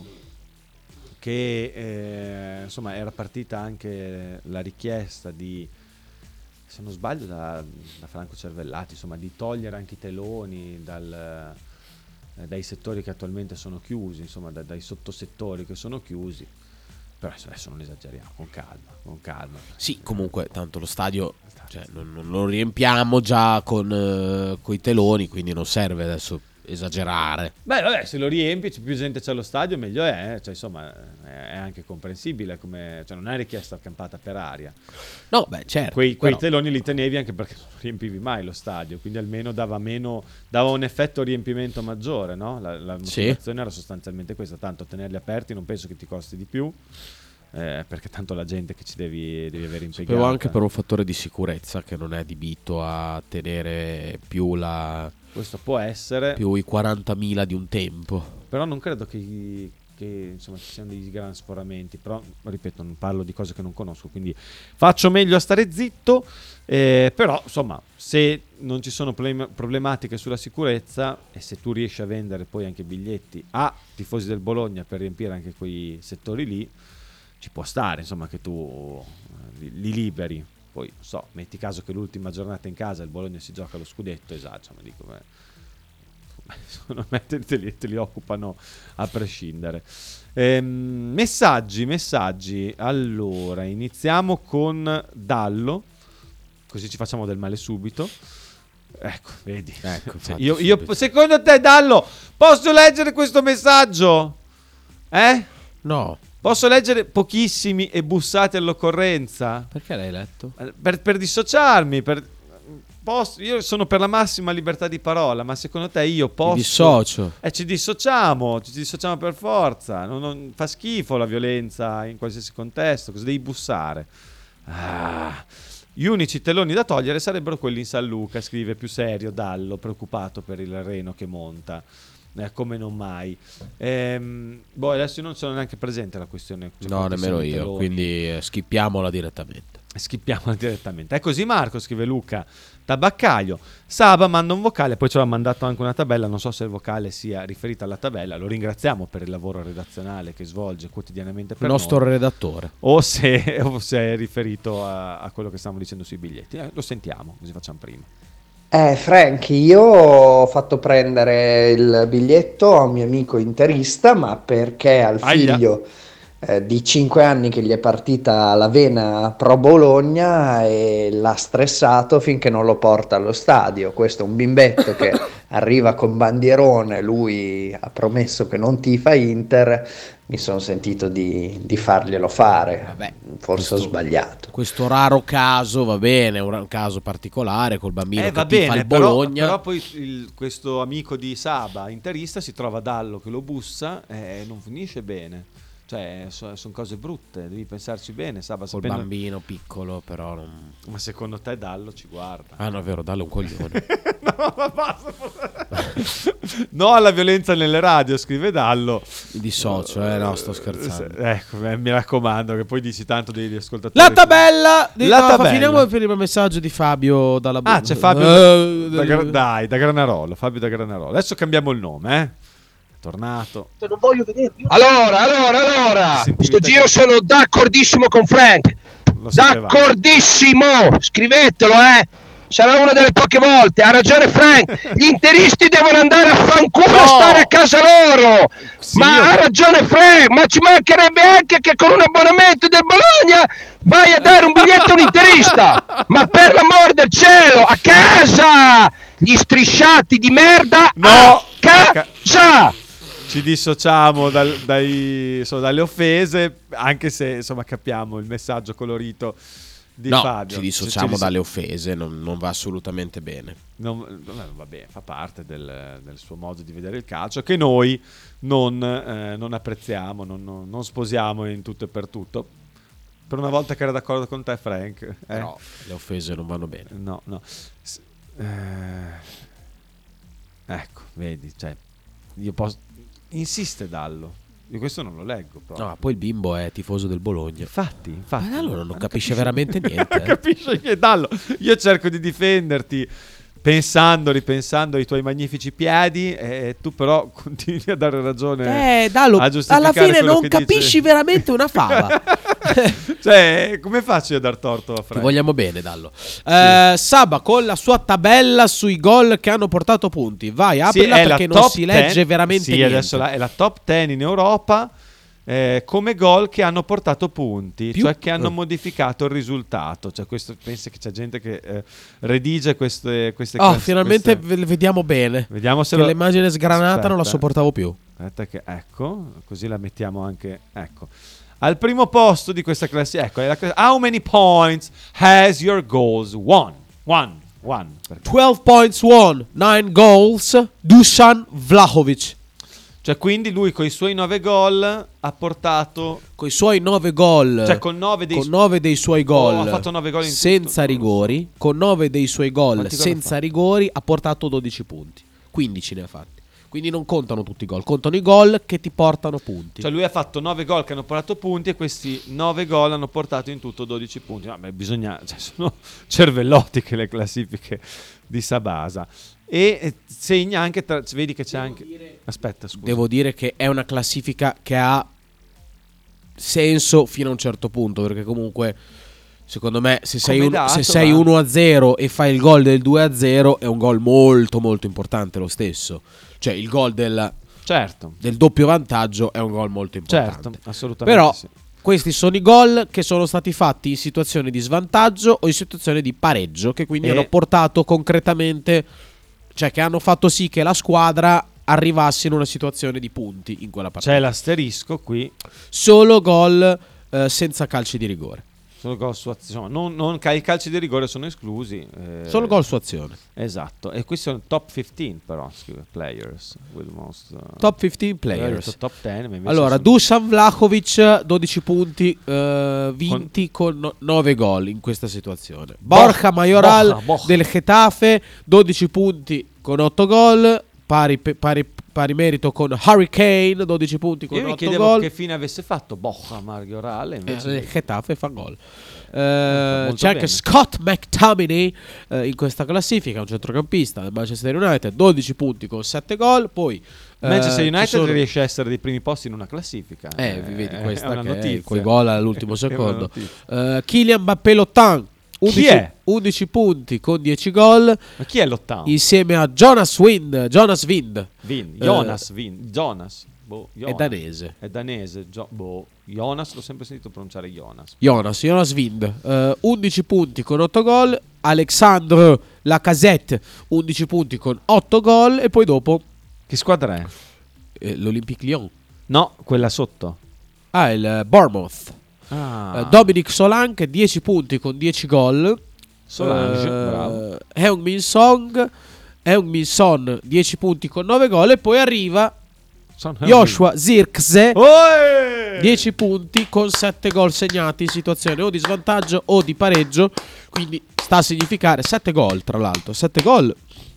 che eh, insomma era partita anche la richiesta di, se non sbaglio, da, da Franco Cervellati, insomma, di togliere anche i teloni dal, eh, dai settori che attualmente sono chiusi, insomma, da, dai sottosettori che sono chiusi. Però adesso non esageriamo, con calma, con calma. Sì, comunque tanto lo stadio, cioè, non, non lo riempiamo già con uh, i teloni, quindi non serve adesso esagerare. Beh, vabbè, se lo riempi, più gente c'è allo stadio, meglio è. Cioè, insomma, è anche comprensibile, come, cioè, non è richiesta campata per aria. No, beh, certo. Quei, quei però- teloni li tenevi anche perché non riempivi mai lo stadio, quindi almeno dava meno, dava un effetto riempimento maggiore, no? La, la Sì. motivazione era sostanzialmente questa, tanto tenerli aperti non penso che ti costi di più, eh, perché tanto la gente che ci devi, devi avere impiegata. Sapevo anche per un fattore di sicurezza che non è adibito a tenere più la Questo può essere, più i quarantamila di un tempo. però non credo che, che insomma ci siano dei gran sforamenti, però ripeto, non parlo di cose che non conosco, quindi faccio meglio a stare zitto, eh, però insomma, se non ci sono problem- problematiche sulla sicurezza e se tu riesci a vendere poi anche biglietti a tifosi del Bologna per riempire anche quei settori lì, ci può stare, insomma, che tu eh, li, li liberi. Poi, non so, metti caso che l'ultima giornata in casa il Bologna si gioca lo scudetto, esatto, ma dico, beh, secondo me te, te, li, te li occupano a prescindere. Ehm, messaggi, messaggi. Allora, iniziamo con Dallo, così ci facciamo del male subito. Ecco, vedi. Ecco, Cioè, infatti, io, io, subito. secondo te, Dallo, posso leggere questo messaggio? Eh? No, Posso leggere pochissimi e bussati all'occorrenza? perché l'hai letto? Eh, Per, per dissociarmi, per, posso- io sono per la massima libertà di parola, ma secondo te io posso... Mi dissocio. Eh, ci dissociamo, ci dissociamo per forza. Non, non- fa schifo la violenza in qualsiasi contesto. Cosa devi bussare? Ah. Gli unici teloni da togliere sarebbero quelli in San Luca, scrive più serio Dallo, preoccupato per il Reno che monta. Eh, come non mai. Ehm, boh, adesso io non sono neanche presente la questione. cioè, No, quanti nemmeno sono i io, teloni. quindi eh, schippiamola direttamente. Schippiamola direttamente. È così Marco, scrive Luca Tabaccaio. Saba manda un vocale, poi ci aveva mandato anche una tabella, non so se il vocale sia riferito alla tabella, lo ringraziamo per il lavoro redazionale che svolge quotidianamente per Il nostro noi, redattore. o se, o se è riferito a, a quello che stiamo dicendo sui biglietti. Eh, lo sentiamo, così facciamo prima. Eh, Frank, io ho fatto prendere il biglietto a un mio amico interista, ma perché al Aia. figlio eh, di cinque anni che gli è partita la vena pro Bologna e l'ha stressato finché non lo porta allo stadio. Questo è un bimbetto che arriva con bandierone, lui ha promesso che non tifa Inter, mi sono sentito di, di farglielo fare, Vabbè, forse ho questo- sbagliato. Questo raro caso va bene, un ra- caso particolare col bambino Eh, che va tifa bene, il però, Bologna. però poi il- questo amico di Saba, interista, si trova Dallo che lo bussa e non finisce bene. Cioè, sono cose brutte, devi pensarci bene, Saba. Col sapendo- bambino piccolo, però non... Ma secondo te Dallo ci guarda? Ah no, è vero, dalle un coglione. No, ma basta. No alla violenza nelle radio, scrive Dallo. Mi dissocio, eh, no, sto scherzando. Ecco, eh, mi raccomando, che poi dici tanto degli ascoltatori. La tabella! Di- La no, tabella. Finiamo il primo messaggio di Fabio dalla Ah, c'è Fabio Eh, da, Gra- dai, da Granarolo, Fabio da Granarolo. Adesso cambiamo il nome, eh. È tornato. Non voglio vedervi. Allora, allora, allora, Sentite questo che- giro sono d'accordissimo con Frank. Lo lo sapevamo. D'accordissimo, scrivetelo, eh. Sarà una delle poche volte, ha ragione Frank, gli interisti devono andare a fanculo No. e stare a casa loro, Sì, ma io- ha ragione Frank, ma ci mancherebbe anche che con un abbonamento del Bologna vai a dare un biglietto a un interista, ma per l'amor del cielo, a casa, gli strisciati di merda, No. a casa. Ci dissociamo dal- dai- insomma, dalle offese, anche se insomma capiamo il messaggio colorito di No, Fabio. ci dissociamo Ci- ci- dalle offese, non, non va assolutamente bene. Non, non- va bene, fa parte del, del suo modo di vedere il calcio che noi non, eh, non apprezziamo, non, non- non sposiamo in tutto e per tutto. Per una volta che era d'accordo con te, Frank. eh? Però le offese non vanno bene. No, no. S- eh, ecco, vedi, cioè, io posso... Insiste Dallo. Io questo non lo leggo proprio. No, poi il bimbo è tifoso del Bologna. Infatti, infatti. Ma allora non Ma capisce capisce- veramente niente. Non eh. capisce che Dallo. Io cerco di difenderti pensando, ripensando ai tuoi magnifici piedi e tu però continui a dare ragione. Eh, Dallo, a giustificare alla fine quello non che capisci dice. veramente una fava. Cioè, come faccio a dar torto a Ti Frank? vogliamo bene, Dallo. Eh, Saba con la sua tabella sui gol che hanno portato punti. Vai, Sì, aprila è la perché non top si legge ten. veramente Sì, niente. adesso la- è la top dieci in Europa eh, come gol che hanno portato punti, Più- cioè che hanno eh. modificato il risultato. Cioè, questo, pensi che c'è gente che eh, redige queste, queste Oh, queste- finalmente queste- ve- vediamo bene. Vediamo se Che lo- l'immagine sgranata non la Aspetta. sopportavo più. Aspetta che ecco, così la mettiamo anche, ecco. Al primo posto di questa classe, ecco, è la classe- how many points has your goals won? One, one. Perché- twelve points won, nine goals, Dusan Vlahovic. Cioè, quindi lui con i suoi nove gol ha portato, Con i suoi nove gol, cioè con nove dei con nove dei suoi gol, Oh, ha fatto nove gol in senza tutto, non lo so. rigori, con nove dei suoi gol Quanti gol ha senza fatto? rigori ha portato dodici punti, quindici ne ha fatti. Quindi non contano tutti i gol, contano i gol che ti portano punti. Cioè lui ha fatto nove gol che hanno portato punti e questi nove gol hanno portato in tutto dodici punti. Vabbè, bisogna, cioè, sono cervellotiche le classifiche di Sabasa. E eh, segna anche, tra, vedi che c'è anche... Aspetta, scusa. Devo dire che è una classifica che ha senso fino a un certo punto, perché comunque secondo me se sei, Come un- dato, se sei va. uno a zero e fai il gol del due a zero è un gol molto molto importante lo stesso. Cioè il gol del, Certo, del doppio vantaggio è un gol molto importante. certo, assolutamente Però sì. questi sono i gol che sono stati fatti in situazione di svantaggio o in situazione di pareggio, che quindi E- hanno portato concretamente, cioè che hanno fatto sì che la squadra arrivasse in una situazione di punti in quella partita. C'è l'asterisco qui. Solo gol eh, senza calci di rigore. Solo gol su azione. Non, non, i calci di rigore sono esclusi. eh, Solo gol su azione. Esatto. E qui sono top quindici però, scrive players. With most, uh, Top quindici aveva players. detto top dieci, ma invece Allora, sono- Dusan Vlahovic dodici punti eh, vinti con, nove gol in questa situazione. Borja Mayoral Borja, Borja. del Getafe dodici punti con otto gol, pari, pe- pari, pari merito con Hurricane dodici punti con Io mi otto chiedevo gol. che fine avesse fatto Borja Mayoral, Eh, invece il Getafe fa gol. Eh, molto c'è anche bene. Scott McTominay eh, in questa classifica, un centrocampista del Manchester United, dodici punti con sette gol. Poi eh, Manchester ci United sono- riesce a essere dei primi posti in una classifica. Eh, vi vedi È questa una che notizia. è quei gol all'ultimo È una secondo. notizia. Eh, Kylian Mbappé Lottan undici, è? undici punti con dieci gol Ma chi è l'ottavo? insieme a Jonas Wind. Jonas Wind Vin, Eh, Jonas Vin, Jonas. Boh, è Jonas. danese. È danese. Gio- boh, Jonas, l'ho sempre sentito pronunciare Jonas. Jonas, Jonas Wind, eh, undici punti con otto gol. Alexandre Lacazette, undici punti con otto gol. E poi dopo Che squadra è? eh, l'Olympique Lyon. No, quella sotto. Ah, il eh, Bournemouth. Ah, Eh, Dominic Solanke, dieci punti con dieci gol. Solange, Eh, bravo. Heung-min Song, Heung-min Son, dieci punti con nove gol. E poi arriva Son Joshua Zirkzee, Oe! dieci punti con sette gol segnati in situazione o di svantaggio o di pareggio. Quindi sta a significare sette gol, tra l'altro. sette gol.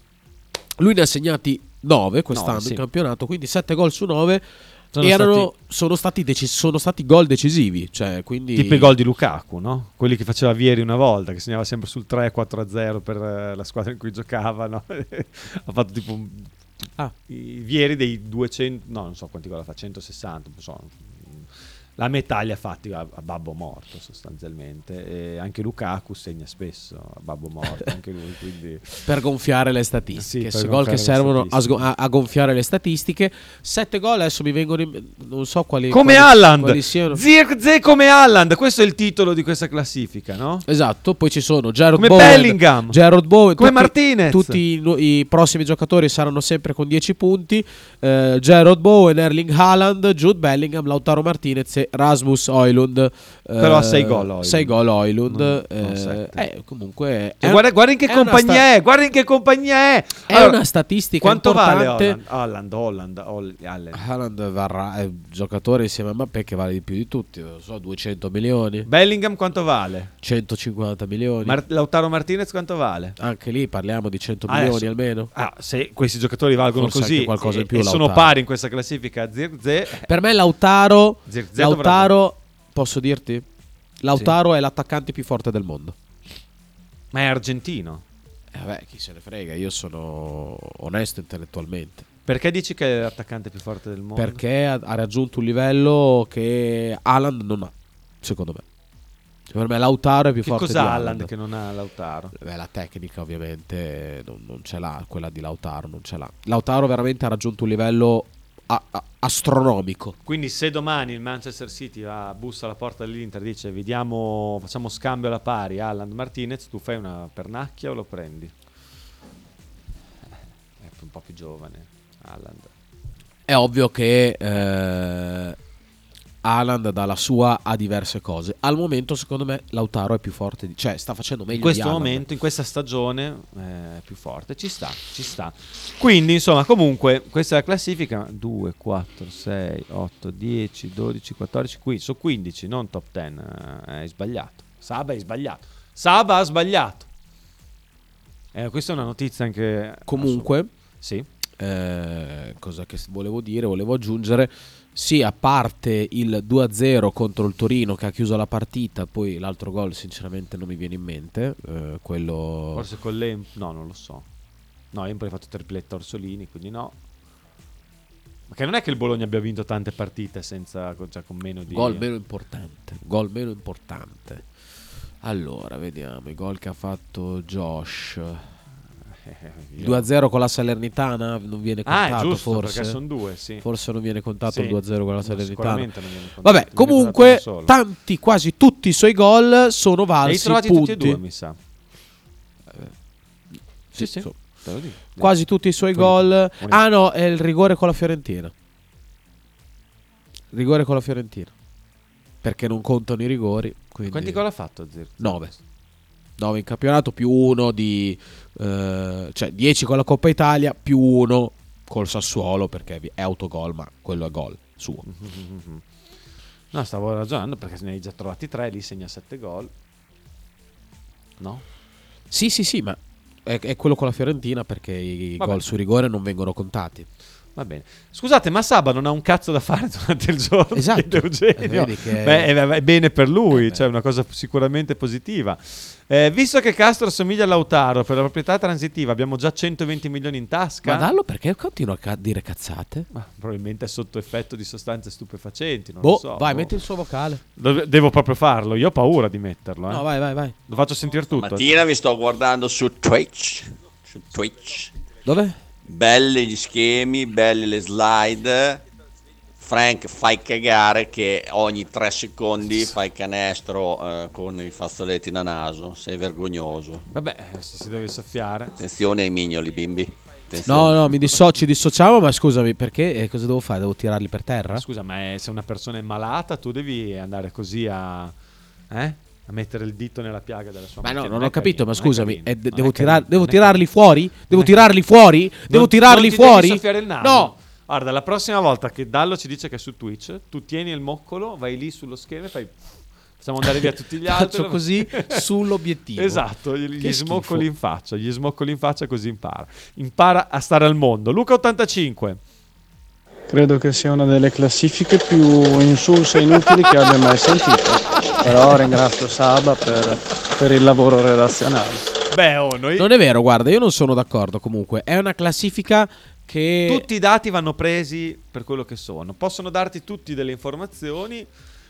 Lui ne ha segnati nove quest'anno nove, sì. in campionato, quindi sette gol su nove. Sono erano, stati- sono stati deci- sono stati gol decisivi, cioè, quindi Tipo i gol di Lukaku, no? Quelli che faceva Vieri una volta, che segnava sempre sul tre quattro a zero per eh, la squadra in cui giocava, no? Ha fatto tipo un- Ah. i Vieri dei duecento, no, non so quanti gol ha fatto, centosessanta, non so. la metà li ha fatti a, a babbo morto sostanzialmente, e anche Lukaku segna spesso a babbo morto anche lui, quindi... per gonfiare le statistiche, Sì, per gol che servono a, statistiche. a, a gonfiare le statistiche. Sette gol adesso mi vengono in, non so quali come quali, Haaland, quali siano. Zirkzee come Haaland, questo è il titolo di questa classifica, no? Esatto, poi ci sono Jarrod Come Bowen, Bellingham, Jarrod Bowen, come tutti, Martinez. tutti i, i prossimi giocatori saranno sempre con dieci punti. eh, Jarrod Bowen, Erling Haaland, Jude Bellingham, Lautaro Martinez e Rasmus Højlund. Però ha sei gol Højlund. sei gol Højlund. Non- eh, non sette. eh, comunque Cioè, è guarda, un- guarda in che è una compagnia sta- è, guarda in che compagnia è. È Allora, una statistica quanto vale importante. Holland? Holland, Holland, Holland, Allen. Haaland varrà, è un giocatore insieme a Mbappé che vale di più di tutti, non so, duecento milioni, Bellingham quanto vale? centocinquanta milioni. Mar- Lautaro Martinez quanto vale? Anche lì parliamo di cento Adesso- milioni almeno. Ah, se questi giocatori valgono Forse così anche qualcosa e, in più, e sono Lautaro. pari in questa classifica a Zirkzee, Per me Lautaro, Zirkzee Lautaro posso dirti? Lautaro è l'attaccante più forte del mondo. ma è argentino. Eh vabbè, chi se ne frega, io sono onesto intellettualmente. Perché dici che è l'attaccante più forte del mondo? Perché ha, ha raggiunto un livello che Haaland non ha, secondo me. Per me Lautaro è più Che forte cos'ha di Haaland Haaland che non ha Lautaro? Beh, la tecnica ovviamente non, non ce l'ha, quella di Lautaro non ce l'ha. Lautaro veramente ha raggiunto un livello a- a- astronomico. Quindi se domani il Manchester City va, bussa alla porta dell'Inter, dice vediamo, facciamo scambio alla pari Haaland Martinez, tu fai una pernacchia o lo prendi? È un po' più giovane Haaland. È ovvio che eh, Haaland dalla sua a diverse cose. Al momento secondo me Lautaro è più forte di, cioè sta facendo meglio In questo di Haaland. momento, in questa stagione eh, è più forte, ci sta, ci sta. Quindi insomma comunque questa è la classifica due, quattro, sei, otto, dieci, dodici, quattordici, quindici, sono quindici, non top dieci, eh, hai sbagliato. Saba hai sbagliato. Saba ha sbagliato. Eh, questa è una notizia anche... Comunque Sì. eh, cosa che volevo dire, volevo aggiungere, sì, a parte il due a zero contro il Torino che ha chiuso la partita, poi l'altro gol sinceramente non mi viene in mente, eh, quello Forse con l'Empoli, no, non lo so. No, Empoli ha fatto tripletta Orsolini, quindi no. Ma che non è che il Bologna abbia vinto tante partite senza, cioè con meno di... gol meno importante, gol meno importante. Allora, vediamo i gol che ha fatto Josh. Io- due a zero con la Salernitana non viene Ah, contato, è giusto, forse. perché sono due, sì. Forse non viene contato Sì. il due a zero con la No, Salernitana. sicuramente non viene contato, Vabbè, viene contato comunque uno solo. tanti, quasi tutti i suoi gol sono Li hai valsi trovati punti. tutti e due, mi sa. Sì, sì, so- te lo dico. Quasi tutti i suoi Poi- gol. poi- Ah no, è il rigore con la Fiorentina. Rigore con la Fiorentina. Perché non contano i rigori. Quindi... Quanti gol ha fatto Zirkzee? nove. nove in campionato più uno di eh, cioè dieci con la Coppa Italia più uno col Sassuolo perché è autogol, ma quello è gol suo. No, stavo ragionando perché ne hai già trovati tre, lì segna sette gol. No? Sì, sì, sì, ma è, è quello con la Fiorentina perché i Vabbè. gol su rigore non vengono contati. Va bene. Scusate, ma Saba non ha un cazzo da fare durante il giorno? Esatto. chiede Eugenio. Eh, vedi che- Beh, è, è bene per lui, Eh, beh. cioè una cosa sicuramente positiva. Eh, visto che Castro assomiglia a Lautaro per la proprietà transitiva, abbiamo già centoventi milioni in tasca. Ma Dallo perché continua a ca- dire cazzate? Ma probabilmente è sotto effetto di sostanze stupefacenti. Non Boh, lo so. vai, boh. metti il suo vocale. Dove- Devo proprio farlo. Io ho paura di metterlo. Eh. No, vai, vai, vai. Lo faccio sentire tutto. Mattina vi sto guardando su Twitch. Su Twitch. Dove? Belli gli schemi, belli le slide. Frank, fai cagare che ogni tre secondi fai canestro eh, con i fazzoletti da naso. Sei vergognoso. Vabbè, se si deve soffiare. Attenzione ai mignoli, bimbi. Attenzione. No, no, mi disso- ci dissociamo, ma scusami, perché eh, cosa devo fare? Devo tirarli per terra? Scusa, ma è- se una persona è malata, tu devi andare così a. Eh? A mettere il dito nella piaga della sua Ma no, macchina. non è ho capito, carino, ma non è scusami, carino, eh, de- non devo, è tirar- carino, devo non è tirarli carino. fuori? Devo Non è tirarli fuori? Devo Non- tirarli non ti fuori? devi soffiare il naso. No! Guarda, la prossima volta che Dallo ci dice che è su Twitch, tu tieni il moccolo, vai lì sullo schermo e fai. Facciamo andare via tutti gli altri. Faccio così sull'obiettivo. Esatto, gli, gli Che smoccoli schifo. in faccia, gli smoccoli in faccia così impara. Impara a stare al mondo. Luca ottantacinque. Credo che sia una delle classifiche più insulse e inutili che abbia mai sentito. Però ringrazio Saba per, per il lavoro relazionale. Beh, oh, noi Non è vero, guarda, io non sono d'accordo comunque. È una classifica che... tutti i dati vanno presi per quello che sono. Possono darti tutti delle informazioni,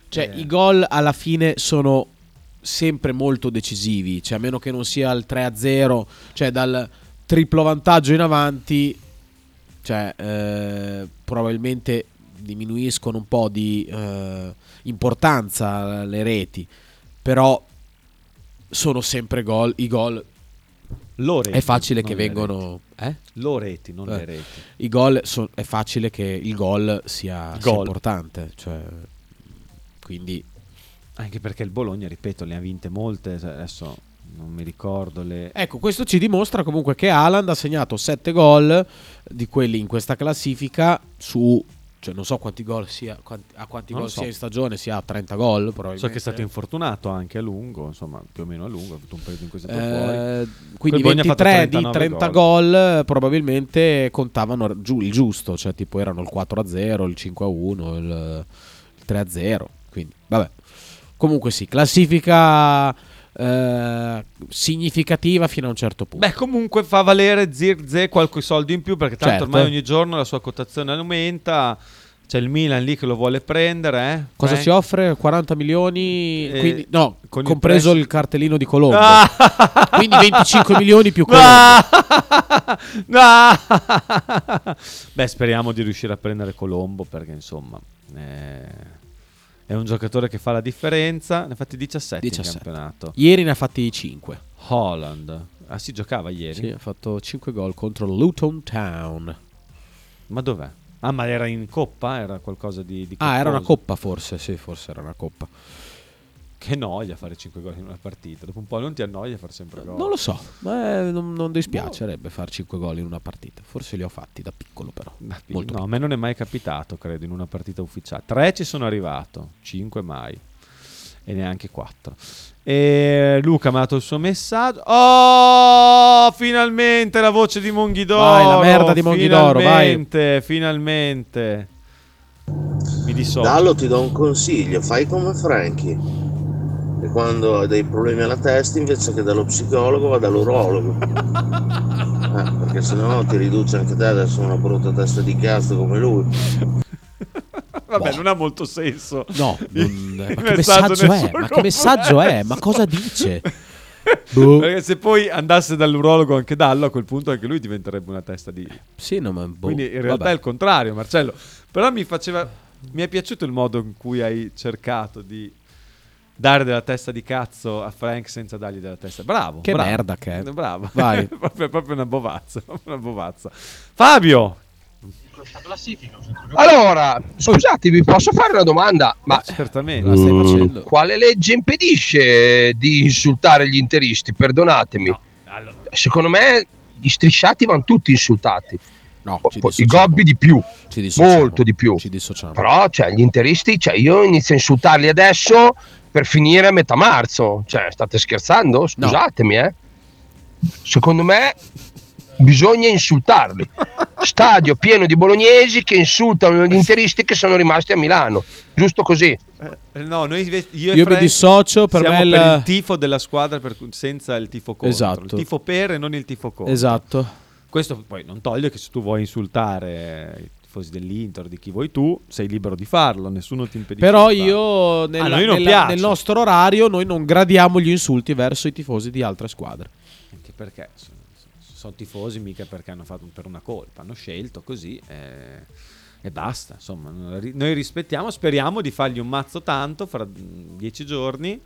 Cioè, Eh. i gol alla fine sono sempre molto decisivi, cioè a meno che non sia il tre a zero, cioè dal triplo vantaggio in avanti, cioè eh, probabilmente diminuiscono un po' di eh, importanza le reti, però sono sempre gol, i gol Lo reti, è facile non che le vengono eh? Lo reti, non Eh. le reti. I gol so- è facile che il gol sia, Il sia gol. importante, cioè, quindi Anche perché il Bologna, ripeto, le ha vinte molte, cioè, adesso non mi ricordo le... ecco, questo ci dimostra comunque che Haaland ha segnato sette gol di quelli in questa classifica su, cioè non so quanti gol sia, quanti- a quanti Non gol lo so. sia in stagione, sia a trenta gol probabilmente. So che è stato infortunato anche a lungo, insomma, più o meno a lungo, ha avuto un periodo in cui è stato Eh, fuori. quindi Poi il Bologna ha fatto ventitré di trentanove trenta gol. gol eh, probabilmente contavano giù il giusto, cioè tipo erano il quattro a zero, il cinque a uno, il, il tre a zero, quindi vabbè. Comunque sì, classifica eh, significativa fino a un certo punto. Beh, comunque fa valere Zirze qualche soldo in più, perché tanto Certo. ormai ogni giorno la sua quotazione aumenta. C'è il Milan lì che lo vuole prendere, eh? Cosa Eh? si offre? quaranta milioni, Eh, quindi, no, con il compreso il, prezzo- cartellino di Colombo. Ah! Quindi venticinque milioni più Colombo. Ah! Ah! Beh, speriamo di riuscire a prendere Colombo, perché insomma eh, è un giocatore che fa la differenza. Ne ha fatti diciassette, diciassette. in campionato. Ieri ne ha fatti cinque. Holland. Ah, si giocava ieri? Sì, ha fatto cinque gol contro Luton Town. Ma dov'è? Ah, ma era in coppa? Era qualcosa di, di Ah, era una copposo? coppa forse, sì, forse era una coppa. Che noia fare cinque gol in una partita. Dopo un po' non ti annoia fare sempre gol? Non lo so, ma eh, non, non dispiacerebbe far cinque gol in una partita. Forse li ho fatti da piccolo però. Molto No, a me non è mai capitato, credo, in una partita ufficiale. Tre ci sono arrivato, cinque mai. E neanche quattro. E Luca mi ha dato il suo messaggio. Oh, finalmente la voce di Monghidoro. Vai, la merda di Monghidoro, vai. Finalmente, finalmente. Mi dissocio. Dallo, ti do un consiglio, fai come Frankie, e quando hai dei problemi alla testa invece che dallo psicologo va dall'urologo. Eh, perché sennò ti riduce anche te ad essere una brutta testa di cazzo come lui. Vabbè, non ha molto senso. No, non- Il ma che messaggio nel è? suo Ma che messaggio complesso. è? Ma cosa dice? Boh. Perché se poi andasse dall'urologo anche Dallo, a quel punto anche lui diventerebbe una testa di... Sì, no, ma boh, Quindi in realtà vabbè. è il contrario, Marcello. Però mi faceva... Mi è piaciuto il modo in cui hai cercato di dare della testa di cazzo a Frank senza dargli della testa. Bravo. Che bravo. merda che è. Bravo. Vai. proprio, proprio una bovazza. Proprio una bovazza. Fabio! Allora, scusate, vi posso fare una domanda? Ma certamente. La stai facendo? quale legge impedisce di insultare gli interisti? Perdonatemi. Secondo me gli strisciati vanno tutti insultati. No, Po- ci po- I dissociamo. gobbi di più, Ci dissociamo. molto di più. Ci dissociamo. Però, cioè, gli interisti, cioè, io inizio a insultarli adesso per finire a metà marzo. Cioè, state scherzando? Scusatemi, eh. Secondo me bisogna insultarli. Stadio pieno di bolognesi che insultano gli interisti che sono rimasti a Milano. Giusto così. Eh, No, noi inve- io, e Io mi Frank dissocio, per siamo me il- per il tifo della squadra per- senza il tifo contro. Esatto. Il tifo per e non il tifo contro. Esatto. Questo poi non toglie che se tu vuoi insultare i tifosi dell'Inter, di chi vuoi tu, sei libero di farlo, nessuno ti impedisce. Però di farlo. io A nella- noi non nella- piace. nel nostro orario noi non gradiamo gli insulti verso i tifosi di altre squadre. Anche perché sono, sono tifosi mica perché hanno fatto per una colpa, hanno scelto così eh, e basta. Insomma, noi rispettiamo, speriamo di fargli un mazzo tanto fra dieci giorni,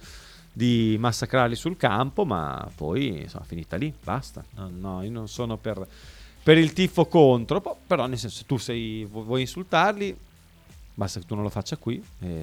di massacrarli sul campo, ma poi insomma finita lì, basta. No, no, io non sono per, per il tifo contro, po- però nel senso, se tu sei, vu- vuoi insultarli, basta che tu non lo faccia qui.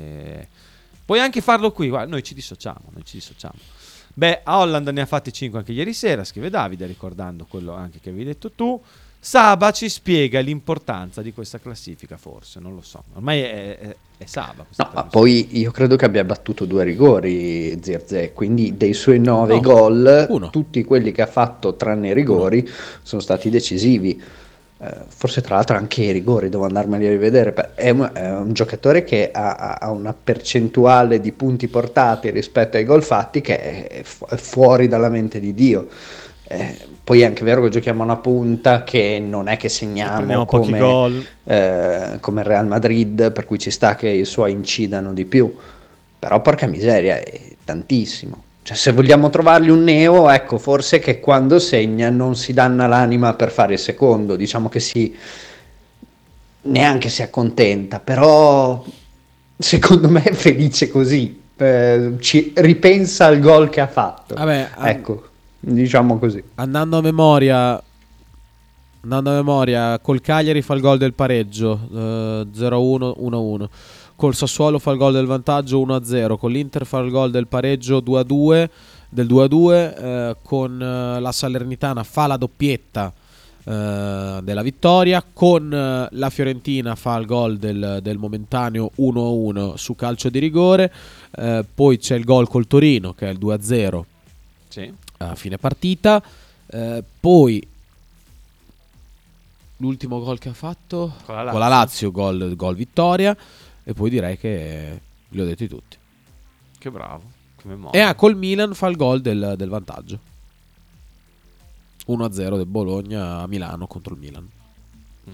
E puoi anche farlo qui, guarda, noi ci dissociamo, noi ci dissociamo. Beh, a Holland ne ha fatti cinque anche ieri sera, scrive Davide, ricordando quello anche che avevi detto tu. Saba ci spiega l'importanza di questa classifica, forse, non lo so. Ormai è, è, è Saba. questa No, ma poi io credo che abbia battuto due rigori Zirze, quindi dei suoi nove No, gol, uno. tutti quelli che ha fatto tranne i rigori sono stati decisivi. Eh, forse tra l'altro anche i rigori devo andarmeli a rivedere. per- È un, è un giocatore che ha, ha- ha una percentuale di punti portati rispetto ai gol fatti che è, fu- è fuori dalla mente di Dio. Eh, poi è anche vero che giochiamo a una punta che non è che segniamo Prendiamo pochi come, gol. eh, come il Real Madrid, per cui ci sta che i suoi incidano di più. però porca miseria è tantissimo. Cioè, se vogliamo trovargli un neo, ecco, forse che quando segna non si danna l'anima per fare il secondo, diciamo che si neanche si accontenta, però secondo me è felice così, eh, ci ripensa al gol che ha fatto. Vabbè, ecco, diciamo così. Andando a memoria, andando a memoria, col Cagliari fa il gol del pareggio, eh, zero a uno, uno a uno. Col Sassuolo fa il gol del vantaggio uno a zero, con l'Inter fa il gol del pareggio due a due, del due a due, eh, con eh, la Salernitana fa la doppietta eh, della vittoria, con eh, la Fiorentina fa il gol del, del momentaneo uno a uno su calcio di rigore, eh, poi c'è il gol col Torino che è il due a zero Sì. a fine partita, eh, poi l'ultimo gol che ha fatto Con la Lazio, con la Lazio gol, gol vittoria. E poi direi che li ho detti tutti. Che bravo, che memoria. E ah, col Milan fa il gol del, del vantaggio uno a zero del Bologna a Milano contro il Milan. Mm.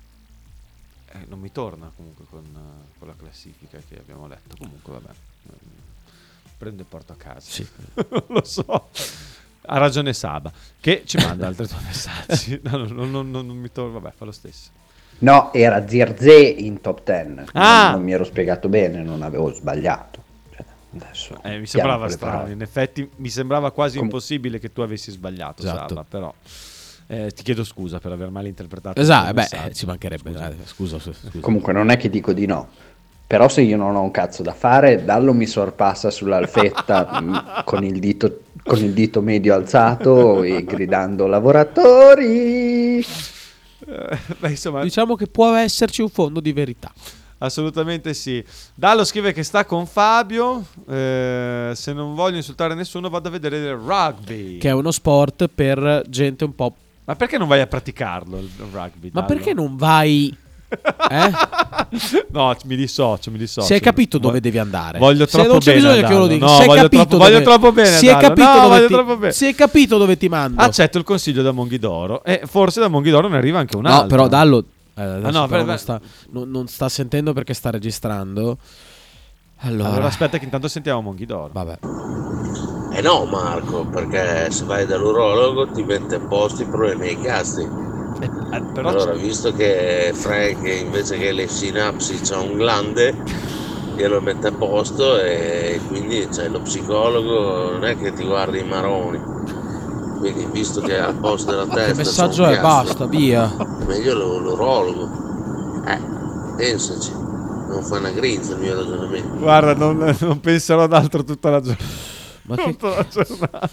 Eh, non mi torna comunque con, uh, con la classifica che abbiamo letto. Comunque vabbè, prendo e porto a casa. Sì. Non lo so. Ha ragione Saba, che ci manda altri due messaggi. No, no, no, no, no, non mi torna, vabbè, fa lo stesso. No, era Zirkzee in top dieci. Ah! Non, non mi ero spiegato bene, non avevo sbagliato. Cioè, adesso Eh, mi piano sembrava con le strano, parole. in effetti mi sembrava quasi Com- impossibile che tu avessi sbagliato, Esatto. Saba, però eh, ti chiedo scusa per aver malinterpretato. Esatto, il beh, messaggio. eh, ci mancherebbe. Scusa. eh, Scusa, scusa. Comunque non è che dico di no. Però se io non ho un cazzo da fare, Dallo mi sorpassa sull'alfetta mh, con il dito con il dito medio alzato e gridando lavoratori. Eh, beh, insomma, Diciamo che può esserci un fondo di verità. assolutamente sì. Dallo scrive che sta con Fabio. eh, se non voglio insultare nessuno, vado a vedere il rugby. Che è uno sport per gente un po'. Ma perché non vai a praticarlo il rugby? Ma Dallo? perché non vai? Eh? No, mi dissocio, mi dissocio. Si è capito dove Vo- devi andare. Voglio Se troppo non c'è bene bisogno a che io lo Dallo. dica. No, Si è voglio capito troppo, dove- voglio troppo bene a Si è Dallo. capito No, dove voglio ti- troppo bene. si è capito dove ti mando. Accetto il consiglio da Monghidoro e forse da Monghidoro ne arriva anche un altro. No, però Dallo eh, adesso Ah, no, però per- non, sta, non, non sta sentendo perché sta registrando. Allora, Allora aspetta che intanto sentiamo Monghidoro. Vabbè. Eh no Marco, perché se vai dall'urologo ti mette a posto i problemi ai casti. Eh, però Allora, visto che Frank invece che le sinapsi c'ha un glande, glielo mette a posto e quindi cioè, lo psicologo non è che ti guardi i maroni. Quindi visto che al posto della testa Che messaggio c'è un è? piastro, Basta, via. meglio l'u- l'urologo. Eh, pensaci, non fa una grinza il mio ragionamento. Guarda, non, non penserò ad altro tutta la giornata. Ma che Tutta la giornata.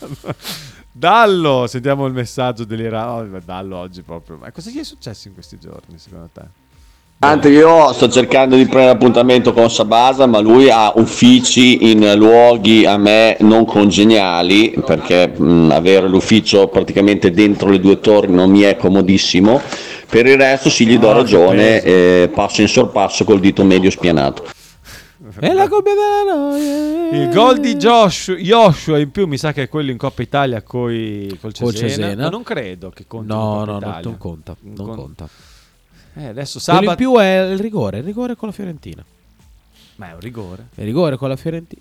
Dallo, sentiamo il messaggio delirante. Oh, Dallo oggi proprio. Ma cosa gli è successo in questi giorni, secondo te? Tanto io sto cercando di prendere appuntamento con Sabasa, ma lui ha uffici in luoghi a me non congeniali, perché mh, avere l'ufficio praticamente dentro le due torri non mi è comodissimo. Per il resto sì, gli do Oh, che ragione, peso. eh, passo in sorpasso col dito medio spianato. E la coppia della noia. Il gol di Joshua, Joshua in più mi sa che è quello in Coppa Italia coi, col Col Cesena, Cesena. ma non credo che conti in No, Coppa no, no, Italia. non conta. Non Con- conta. Eh, adesso Quello in sabato più è il rigore. Il rigore con la Fiorentina. ma è un rigore. Il rigore con la Fiorentina.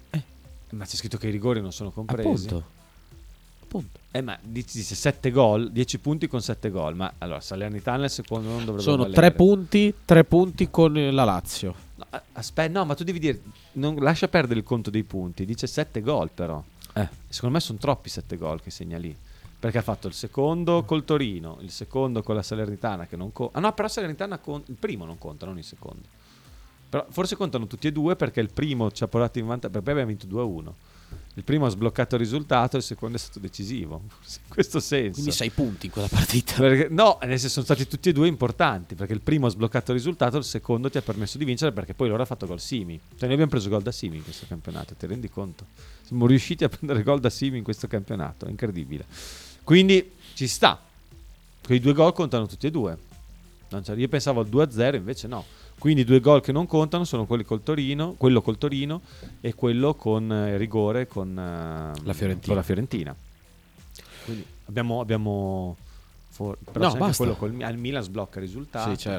Ma c'è scritto che i rigori non sono compresi. Appunto. Appunto. Eh, ma dice sette gol, dieci punti con sette gol. Ma allora Salernitana nel secondo non dovrebbe Sono valere. tre punti, tre punti con la Lazio. No, aspetta, no, ma tu devi dire non lascia perdere il conto dei punti. Dice sette gol però. Eh. Secondo me sono troppi sette gol che segna lì. Perché ha fatto il secondo col Torino, il secondo con la Salernitana che non conta. Ah no, però Salernitana con... il primo non conta, non il secondo. Però forse contano tutti e due perché il primo ci ha portato in vantaggio, perché poi abbiamo vinto due a uno. Il primo ha sbloccato il risultato, il secondo è stato decisivo. In questo senso. Quindi sei punti in quella partita. Perché, no, nel senso sono stati tutti e due importanti, perché il primo ha sbloccato il risultato, il secondo ti ha permesso di vincere perché poi loro ha fatto gol Simi. Cioè noi abbiamo preso gol da Simi in questo campionato, ti rendi conto? Siamo riusciti a prendere gol da Simi in questo campionato, è incredibile. Quindi ci sta. Quei due gol contano tutti e due. Non c'è- io pensavo al due a zero, invece no. Quindi i due gol che non contano sono quelli col Torino, quello col Torino e quello con eh, rigore con, eh, La Fiorentina. con la Fiorentina. Quindi abbiamo, abbiamo for- però No, c'è anche basta. quello col Mi- al Milan sblocca il risultato. Sì, certo.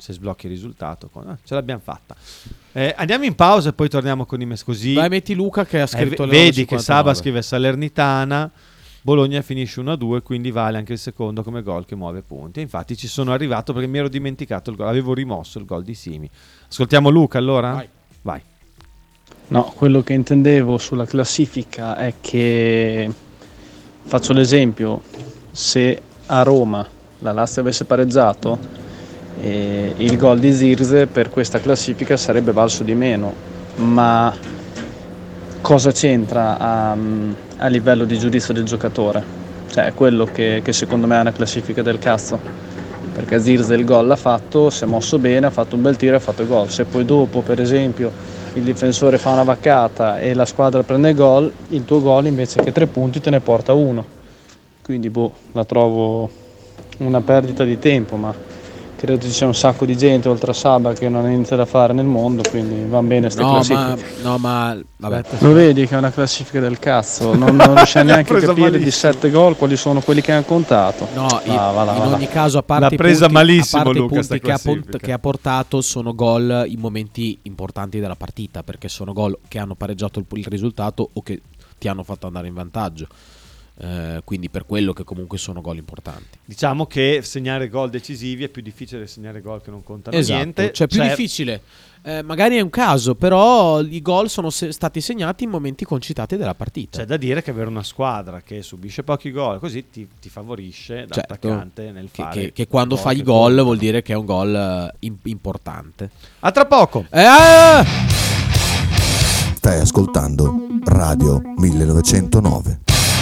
se sblocchi il risultato. Ah, ce l'abbiamo fatta. Eh, andiamo in pausa e poi torniamo con i mes così. Vai, metti Luca che ha scritto eh, le vedi che cinquantanove. Saba scrive Salernitana, Bologna finisce uno a due, quindi vale anche il secondo come gol che muove punti. E infatti ci sono arrivato perché mi ero dimenticato il gol, avevo rimosso il gol di Simi. Ascoltiamo Luca allora? Vai. Vai. No, quello che intendevo sulla classifica è che, faccio l'esempio, se a Roma la Lazio avesse pareggiato, eh, il gol di Zirze per questa classifica sarebbe valso di meno, ma cosa c'entra a, a livello di giudizio del giocatore? Cioè è quello che, che secondo me è una classifica del cazzo, perché Zirze il gol l'ha fatto, si è mosso bene, ha fatto un bel tiro e ha fatto il gol. Se poi dopo per esempio il difensore fa una vaccata e la squadra prende gol, il tuo gol invece che tre punti te ne porta uno. Quindi boh, la trovo una perdita di tempo, ma credo ci sia un sacco di gente oltre a Saba che non ha niente da fare nel mondo, quindi va bene ste No, ma, classifiche. no, ma vabbè. Lo vedi che è una classifica del cazzo, non, non riesce neanche a capire di sette gol quali sono quelli che hanno contato. No, Va, in, va là, in va là. ogni caso, a parte L'ha i presa punti, malissimo a parte Luca, i punti sta che ha, classifica. che ha portato, sono gol in momenti importanti della partita, perché sono gol che hanno pareggiato il, il risultato o che ti hanno fatto andare in vantaggio. Eh, quindi per quello che comunque sono gol importanti. Diciamo che segnare gol decisivi è più difficile segnare gol che non contano Esatto, niente. cioè più Cioè, difficile. Eh, magari è un caso, però i gol sono se- stati segnati in momenti concitati della partita. C'è da dire che avere una squadra che subisce pochi gol così ti, ti favorisce da Certo, attaccante nel che, fare che, che quando gol fai che i gol contano. vuol dire che è un gol eh, im- importante. A tra poco. Eh, ah! Stai ascoltando Radio millenovecentonove.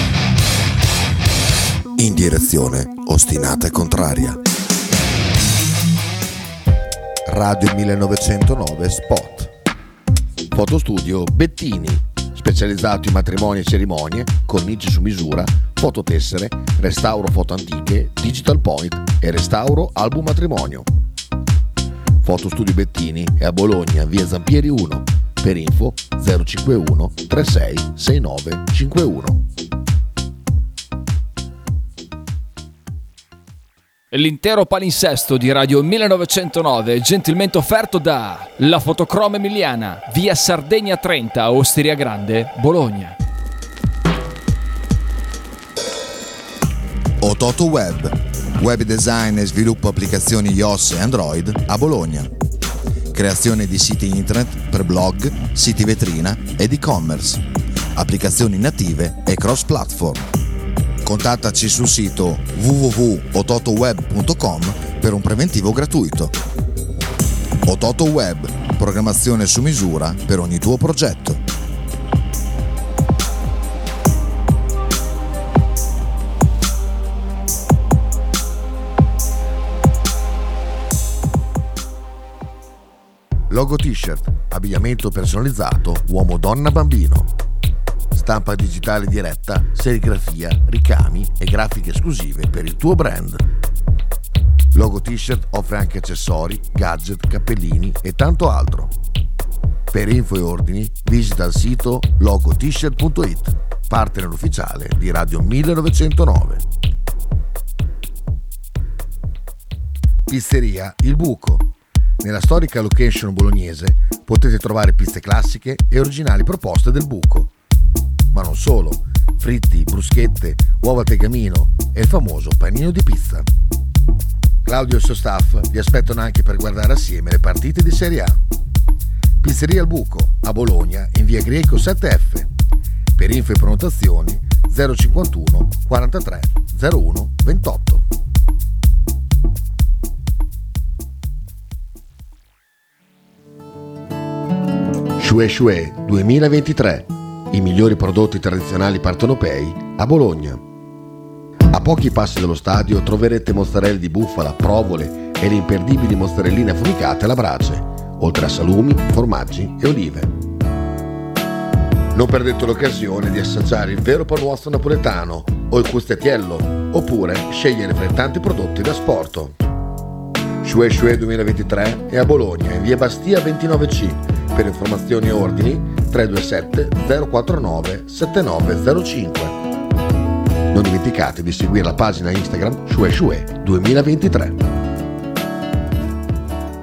In direzione ostinata e contraria. Radio millenovecentonove Spot. Fotostudio Bettini, specializzato in matrimoni e cerimonie, cornici su misura, fototessere, restauro foto antiche, digital point e restauro album matrimonio. Fotostudio Bettini è a Bologna, via Zampieri uno. Per info zero cinquantuno trentasei sessantanove cinquantuno. L'intero palinsesto di Radio millenovecentonove è gentilmente offerto da La Fotocroma Emiliana, via Sardegna trenta, Osteria Grande, Bologna. Ototo Web, web design e sviluppo applicazioni iOS e Android a Bologna. Creazione di siti internet per blog, siti vetrina ed e-commerce. Applicazioni native e cross-platform. Contattaci sul sito w w w punto ototoweb punto com per un preventivo gratuito. Ototo Web, programmazione su misura per ogni tuo progetto. Logo t-shirt, abbigliamento personalizzato, uomo, donna, bambino. Stampa digitale diretta, serigrafia, ricami e grafiche esclusive per il tuo brand. Logo t-shirt offre anche accessori, gadget, cappellini e tanto altro. Per info e ordini visita il sito logo t shirt punto it, partner ufficiale di Radio millenovecentonove. Pizzeria Il Buco. Nella storica location bolognese potete trovare pizze classiche e originali proposte del Buco. Ma non solo, fritti, bruschette, uova al tegamino e il famoso panino di pizza. Claudio e il suo staff vi aspettano anche per guardare assieme le partite di Serie A. Pizzeria Il Buco, a Bologna, in via Greco sette F. Per info e prenotazioni zero cinquantuno quarantatré zero uno ventotto. Shue Shue duemilaventitré. I migliori prodotti tradizionali partenopei a Bologna. A pochi passi dallo stadio troverete mozzarella di bufala, provole e le imperdibili mozzarelline affumicate alla brace, oltre a salumi, formaggi e olive. Non perdete l'occasione di assaggiare il vero panuozzo napoletano o il custettiello, oppure scegliere fra i tanti prodotti da sporto. Shue Shue duemilaventitré è a Bologna, in via Bastia ventinove C. Per informazioni e ordini tre due sette zero quattro nove sette nove zero cinque. Non dimenticate di seguire la pagina Instagram Shue Shue duemilaventitré.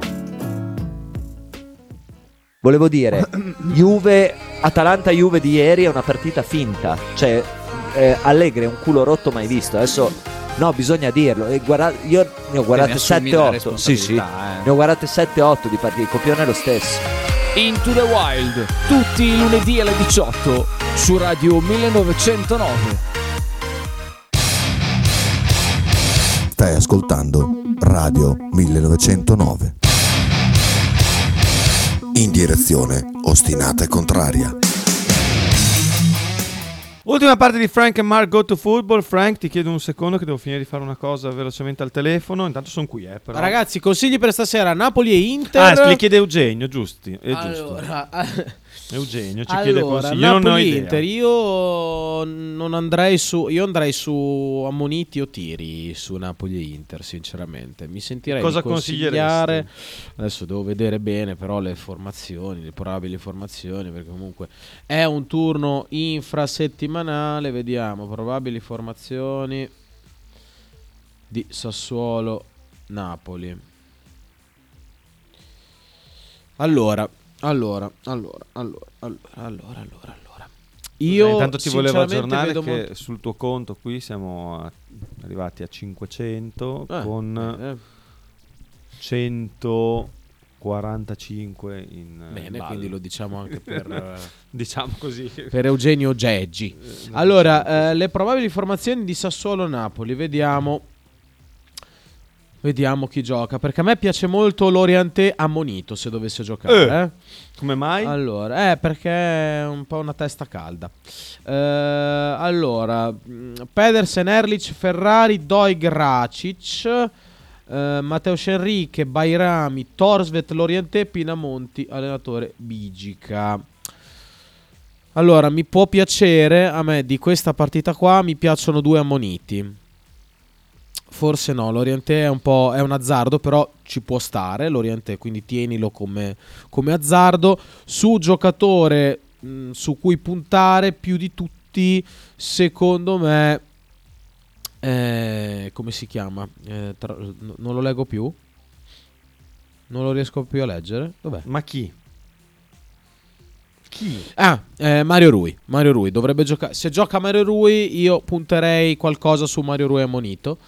volevo dire, Juve, Atalanta-Juve di ieri è una partita finta, cioè eh, Allegri è un culo rotto mai visto. Adesso no, bisogna dirlo. E guarda, io ne ho guardate sette otto. Sì, sì. Eh. Ne ho guardate sette otto di partite, il copione è lo stesso. Into the Wild, tutti i lunedì alle diciotto su Radio millenovecentonove. Stai ascoltando Radio millenovecentonove. In direzione ostinata e contraria. Ultima parte di Frank e Mark Go to Football. Frank, ti chiedo un secondo che devo finire di fare una cosa velocemente al telefono. Intanto sono qui, eh, però. Ragazzi, consigli per stasera: Napoli e Inter. Ah, li chiede Eugenio, giusti? È allora, giusto. Eugenio ci allora, chiede consigli. Io Napoli non ho idea. Inter, io non andrei su. Io andrei su ammoniti o tiri su Napoli e Inter, sinceramente. Mi sentirei Cosa di consigliare. consiglieresti? Adesso devo vedere bene, però, le formazioni, le probabili formazioni, perché comunque è un turno infrasettimanale. Vediamo, probabili formazioni di Sassuolo Napoli. Allora, allora, allora, allora, allora, allora, allora, allora. Io Eh, intanto ti volevo sinceramente aggiornare vedo che molto- sul tuo conto qui siamo a- arrivati a cinquecento Eh, con eh. centoquarantacinque in eh, Bene, ballo. quindi lo diciamo anche per eh, diciamo così per Eugenio Geggi. Allora, eh, le probabili formazioni di Sassuolo-Napoli, vediamo. Vediamo chi gioca, perché a me piace molto Lorientè ammonito se dovesse giocare. Eh, eh. Come mai? Allora, eh, perché è un po' una testa calda. Eh, allora, mh, Pedersen, Erlich, Ferrari, Doig, Racic, eh, Mateusz Enrique, Bairami, Torsvet, Lorientè, Pinamonti, allenatore Bigica. Allora, mi può piacere, a me di questa partita qua mi piacciono due ammoniti. Forse no, l'Orientè è un po' è un azzardo, però ci può stare l'Orientè, quindi tienilo come, come azzardo. Su giocatore mh, su cui puntare più di tutti, secondo me, eh, come si chiama? Eh, tra- n- non lo leggo più. Non lo riesco più a leggere. Dov'è? Ma chi? Chi? Ah, eh, Mario Rui. Mario Rui dovrebbe giocare. Se gioca Mario Rui, io punterei qualcosa su Mario Rui ammonito.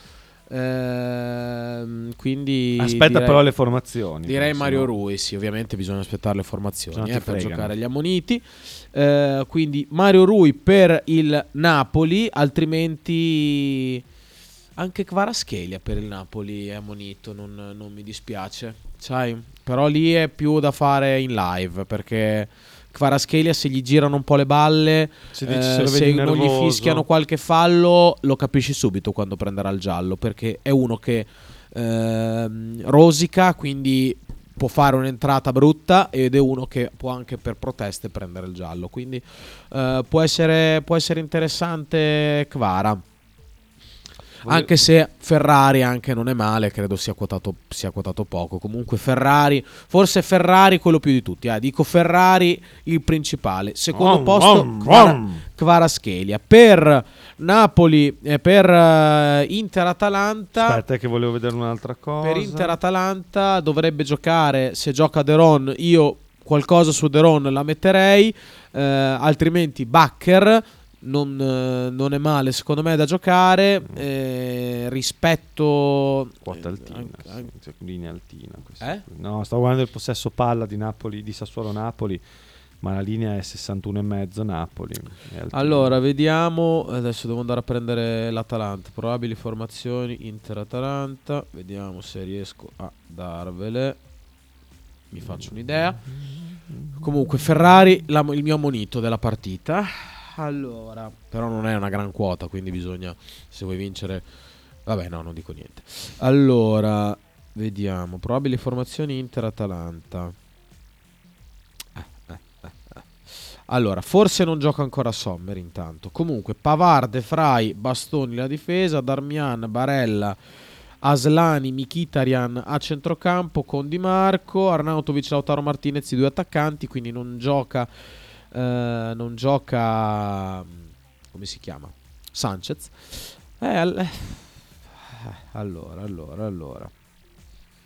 Ehm, quindi Aspetta direi- però le formazioni. Direi se Mario no- Rui, sì, ovviamente bisogna aspettare le formazioni Se no ti eh, per fregano. giocare agli ammoniti. Eh, quindi Mario Rui per il Napoli, altrimenti anche Kvaratskhelia per il Napoli è ammonito, non, non mi dispiace, sai? Però lì è più da fare in live, perché Kvaratskhelia, se gli girano un po' le balle, Se dici eh, se lo se vedi non gli nervoso. fischiano qualche fallo, lo capisci subito quando prenderà il giallo, perché è uno che ehm, rosica, quindi può fare un'entrata brutta, ed è uno che può anche per proteste prendere il giallo, quindi eh, può essere, può essere interessante Kvara. Anche se Ferrari anche non è male, credo sia quotato, sia quotato poco. Comunque Ferrari, forse Ferrari quello più di tutti. Eh. Dico Ferrari il principale. Secondo Om, posto om, Kvara- om. Kvaratskhelia. Per Napoli e per eh, Inter-Atalanta. Aspetta che volevo vedere un'altra cosa. Per Inter-Atalanta dovrebbe giocare, se gioca De Ron, io qualcosa su De Ron la metterei, eh, altrimenti Bakker non, eh, non è male secondo me da giocare, eh, rispetto Quota altina, anche- sì, anche- cioè, linea altina questa Eh? qui. No, stavo guardando il possesso palla di Napoli, di Sassuolo Napoli, ma la linea è sessantuno e mezzo Napoli. È altina. Allora, vediamo. Adesso devo andare a prendere l'Atalanta. Probabili formazioni Inter-Atalanta. Vediamo se riesco a darvele. Mi faccio un'idea. Comunque, Ferrari, la- il mio ammonito della partita. Allora, però non è una gran quota, quindi bisogna, se vuoi vincere. Vabbè, no, non dico niente. Allora, vediamo. Probabili formazioni Inter-Atalanta. Allora, forse non gioca ancora Sommer intanto. Comunque, Pavard, De Vrij, Bastoni la difesa, Darmian, Barella, Aslani, Mkhitaryan a centrocampo con Di Marco, Arnautovic, Lautaro Martinez, i due attaccanti, quindi non gioca eh, non gioca come si chiama? Sanchez. Eh, al- eh, allora, allora, allora.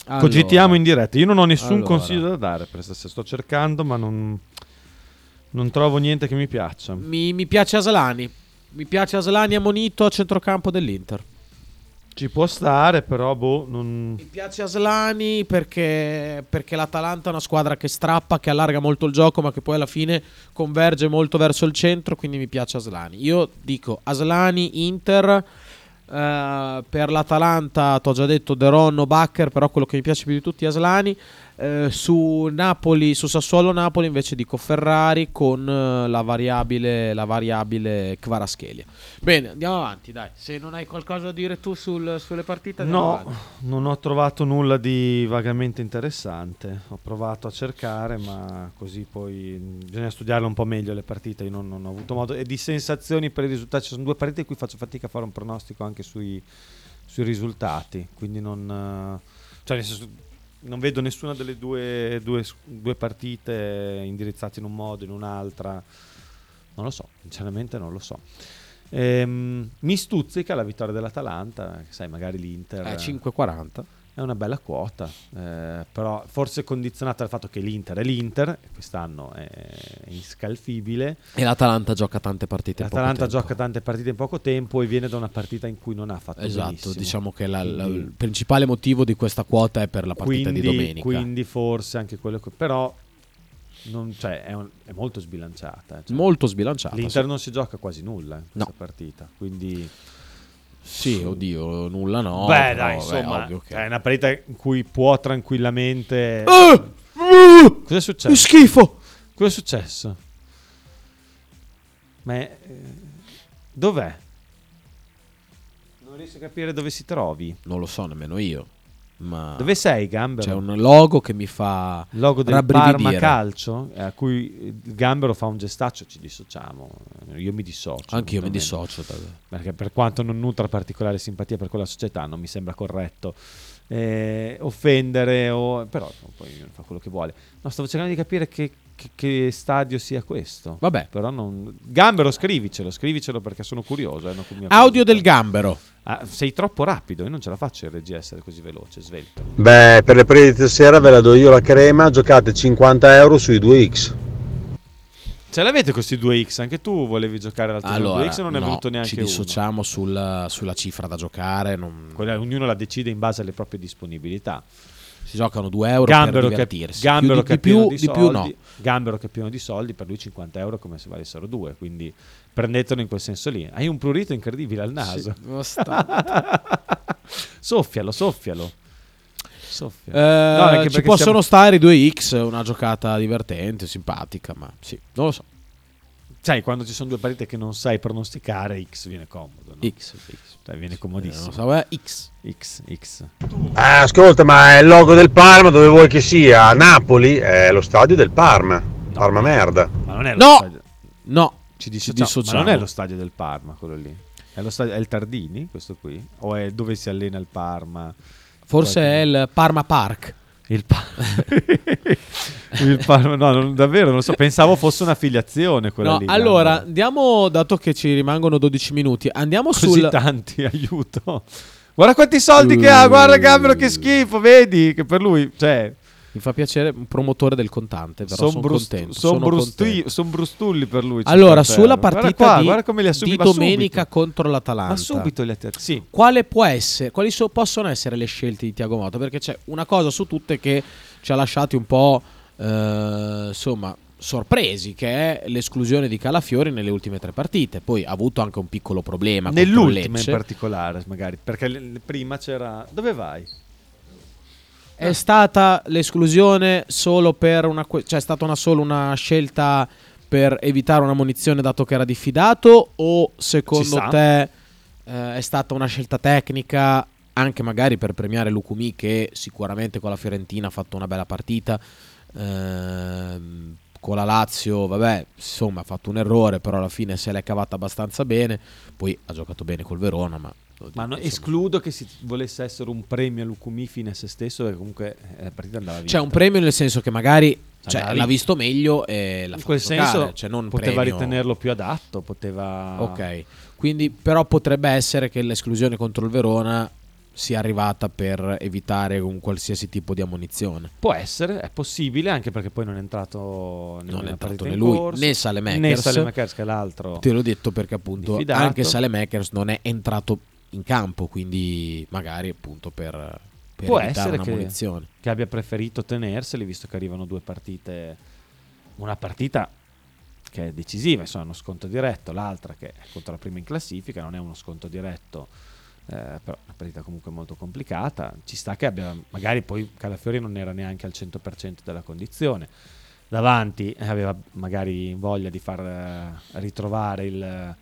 Allora. Cogitiamo in diretta. Io non ho nessun Allora. consiglio da dare per stasera. Sto cercando, ma non, non trovo niente che mi piaccia. Mi, mi piace Aslani. Mi piace Aslani ammonito a centrocampo dell'Inter. Ci può stare, però boh, non... Mi piace Aslani perché, perché l'Atalanta è una squadra che strappa, che allarga molto il gioco, ma che poi alla fine converge molto verso il centro, quindi mi piace Aslani. Io dico Aslani, Inter. Uh, per l'Atalanta t'ho già detto De Ronno, Bakker, però quello che mi piace più di tutti è Aslani. Uh, su Napoli, su Sassuolo Napoli invece dico Ferrari con uh, la variabile la variabile Kvaratskhelia. Bene, andiamo avanti, dai. Se non hai qualcosa da dire tu sul, sulle partite, andiamo No, avanti. non ho trovato nulla di vagamente interessante. Ho provato a cercare, ma così poi bisogna studiarle un po' meglio le partite. Io non, non ho avuto modo. E di sensazioni per i risultati, ci sono due partite in cui faccio fatica a fare un pronostico anche sui, sui risultati. Quindi non, cioè nel senso, non vedo nessuna delle due, due, due partite indirizzate in un modo, in un'altra. Non lo so, sinceramente non lo so. Ehm, mi stuzzica la vittoria dell'Atalanta, sai, magari l'Inter Eh, cinque e quaranta è una bella quota, eh, però forse condizionata dal fatto che l'Inter è l'Inter, e quest'anno è inscalfibile. E l'Atalanta gioca tante partite in poco L'Atalanta tempo. gioca tante partite in poco tempo e viene da una partita in cui non ha fatto Esatto, benissimo. diciamo che la- la- Quindi- il principale motivo di questa quota è per la partita quindi, di domenica. Quindi forse anche quello che... Però non, cioè, è, un- è molto sbilanciata. eh, cioè. Molto sbilanciata, L'Inter sì. non si gioca quasi nulla in questa No. partita, quindi... Sì, oddio, nulla no. Beh, però, dai, beh, insomma, ovvio che- è una partita in cui può tranquillamente... Ah! Cosa è successo? Che schifo! Cosa è successo? Ma è- eh, dov'è? Non riesco a capire dove si trovi. Non lo so nemmeno io. Ma Dove sei, Gambero? c'è un logo che mi fa Il logo del rabbrividire. Parma Calcio, eh, a cui il Gambero fa un gestaccio, ci dissociamo. Io mi dissocio. Anche io mi ovviamente. dissocio da- Perché per quanto non nutra particolare simpatia per quella società, non mi sembra corretto eh, offendere, o, però poi ognuno fa quello che vuole. No, stavo cercando di capire che, che- che stadio sia questo. Vabbè. Però non... Gambero, scrivicelo, scrivicelo perché sono curioso. eh, non mi Audio del Gambero. Ah, sei troppo rapido, io non ce la faccio in regia essere così veloce, svelto. Beh, per le partite sera ve la do io la crema, giocate cinquanta euro sui due x. Ce l'avete questi due x? Anche tu volevi giocare l'altro giorno Allora, due x e non è no, venuto neanche ci uno. dissociamo sul- sulla cifra da giocare. Non... Quella- ognuno la decide in base alle proprie disponibilità. Si giocano due euro Gambero per che, divertirsi. Gambero Più di- che è di più- pieno di, di più soldi, no. Gambero che è pieno di soldi, per lui cinquanta euro è come se valessero due, quindi prendetelo in quel senso lì. Hai un prurito incredibile al naso. Sì, bastante. soffialo, soffialo. Soffialo. Eh, No, anche ci perché possono siamo- stare i due x, una giocata divertente, simpatica, ma sì, non lo so. Sai, quando ci sono due partite che non sai pronosticare, X viene comodo. No? X, Cioè, viene comodissimo. Eh, non so, eh, X. X, X. Ah, ascolta, ma il logo del Parma dove vuoi che sia? A Napoli è lo stadio del Parma. Parma merda. Ma non è lo No! stadio. No, Ci ci dissociamo. dissociamo. Ma non è lo stadio del Parma quello lì. È, lo stadio, è il Tardini, questo qui? O è dove si allena il Parma? Forse è il Parma Park. Il, pa- il Parma, no, non- davvero non lo so. Pensavo fosse un'affiliazione quella No, lì. allora, Gambero. andiamo, dato che ci rimangono dodici minuti, andiamo Così sul... tanti, aiuto. Guarda quanti soldi che ha, guarda Gambero che schifo, vedi? Che per lui, cioè... Mi fa piacere, un promotore del contante, però Son sono brust- contento. son sono brusti- contento. son brustulli per lui. Allora, cinquanta sulla euro. Guarda partita qua, di, guarda come li assumi, di ma domenica subito. contro l'Atalanta, Ma subito li att- sì. quale può essere, quali so- possono essere le scelte di Thiago Motta? Perché c'è una cosa su tutte che ci ha lasciati un po' eh, insomma sorpresi, che è l'esclusione di Calafiori nelle ultime tre partite. Poi ha avuto anche un piccolo problema contro Nell'ultima Lecce. in particolare, magari, perché l- l- prima c'era... Dove vai? È stata l'esclusione solo per una que- cioè è stata una solo una scelta per evitare una munizione dato che era diffidato, o Si secondo sa. te eh, è stata una scelta tecnica anche magari per premiare Lucumi, che sicuramente con la Fiorentina ha fatto una bella partita, ehm, con la Lazio vabbè insomma ha fatto un errore, però alla fine se l'è cavata abbastanza bene, poi ha giocato bene col Verona, ma Ma no, escludo che si volesse essere un premio a Lucumi fine a se stesso, perché comunque eh, la partita andava vinta. c'è un premio nel senso che magari cioè, Andava l'ha vinta. visto meglio e l'ha In fatto quel giocare, senso cioè non poteva premio. ritenerlo più adatto, poteva... Ok, quindi però potrebbe essere che l'esclusione contro il Verona sia arrivata per evitare un qualsiasi tipo di ammonizione. Può essere, è possibile, anche perché poi non è entrato Non è entrato né né lui né Saelemaekers, né Saelemaekers, che è l'altro. Te l'ho detto perché appunto diffidato. anche Saelemaekers non è entrato in campo, quindi magari appunto per, per Può evitare essere una che, munizione. che abbia preferito tenerseli, visto che arrivano due partite, una partita che è decisiva, insomma uno sconto diretto, l'altra che è contro la prima in classifica, non è uno sconto diretto, eh, però una partita comunque molto complicata. Ci sta che abbia, magari poi Calafiori non era neanche al cento per cento della condizione, davanti aveva magari voglia di far eh, ritrovare il,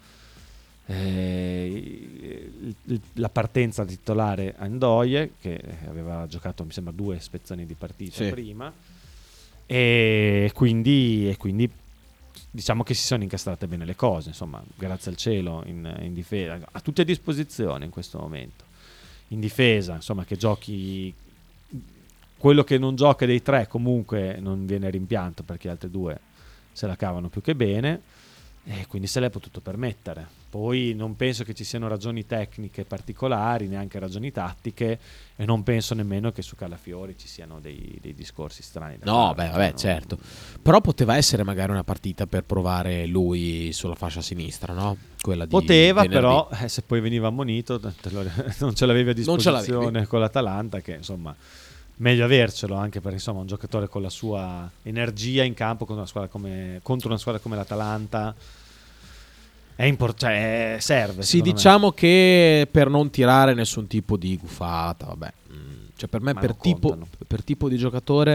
eh, il, il, la partenza titolare a Ndoye, che aveva giocato mi sembra due spezzoni di partita Sì. prima, e quindi, e quindi diciamo che si sono incastrate bene le cose, insomma, grazie al cielo in, in difesa, ha tutti a disposizione in questo momento. In difesa, insomma, che giochi quello che non gioca dei tre comunque non viene rimpianto, perché gli altri due se la cavano più che bene, e quindi se l'è potuto permettere. Poi non penso che ci siano ragioni tecniche particolari, neanche ragioni tattiche, e non penso nemmeno che su Calafiori ci siano dei, dei discorsi strani da No, fare. beh, vabbè, No. certo. Però poteva essere magari una partita per provare lui sulla fascia sinistra, no? Quella di Poteva, venerdì. però eh, se poi veniva ammonito te lo- non ce l'avevi a Non ce disposizione l'avevi. con l'Atalanta, che insomma meglio avercelo, anche perché insomma un giocatore con la sua energia in campo contro una squadra come, contro una squadra come l'Atalanta è import- cioè, serve. Sì, secondo me. diciamo che per non tirare nessun tipo di gufata, vabbè. Mm, Cioè per me Ma per non tipo, contano. per tipo di giocatore,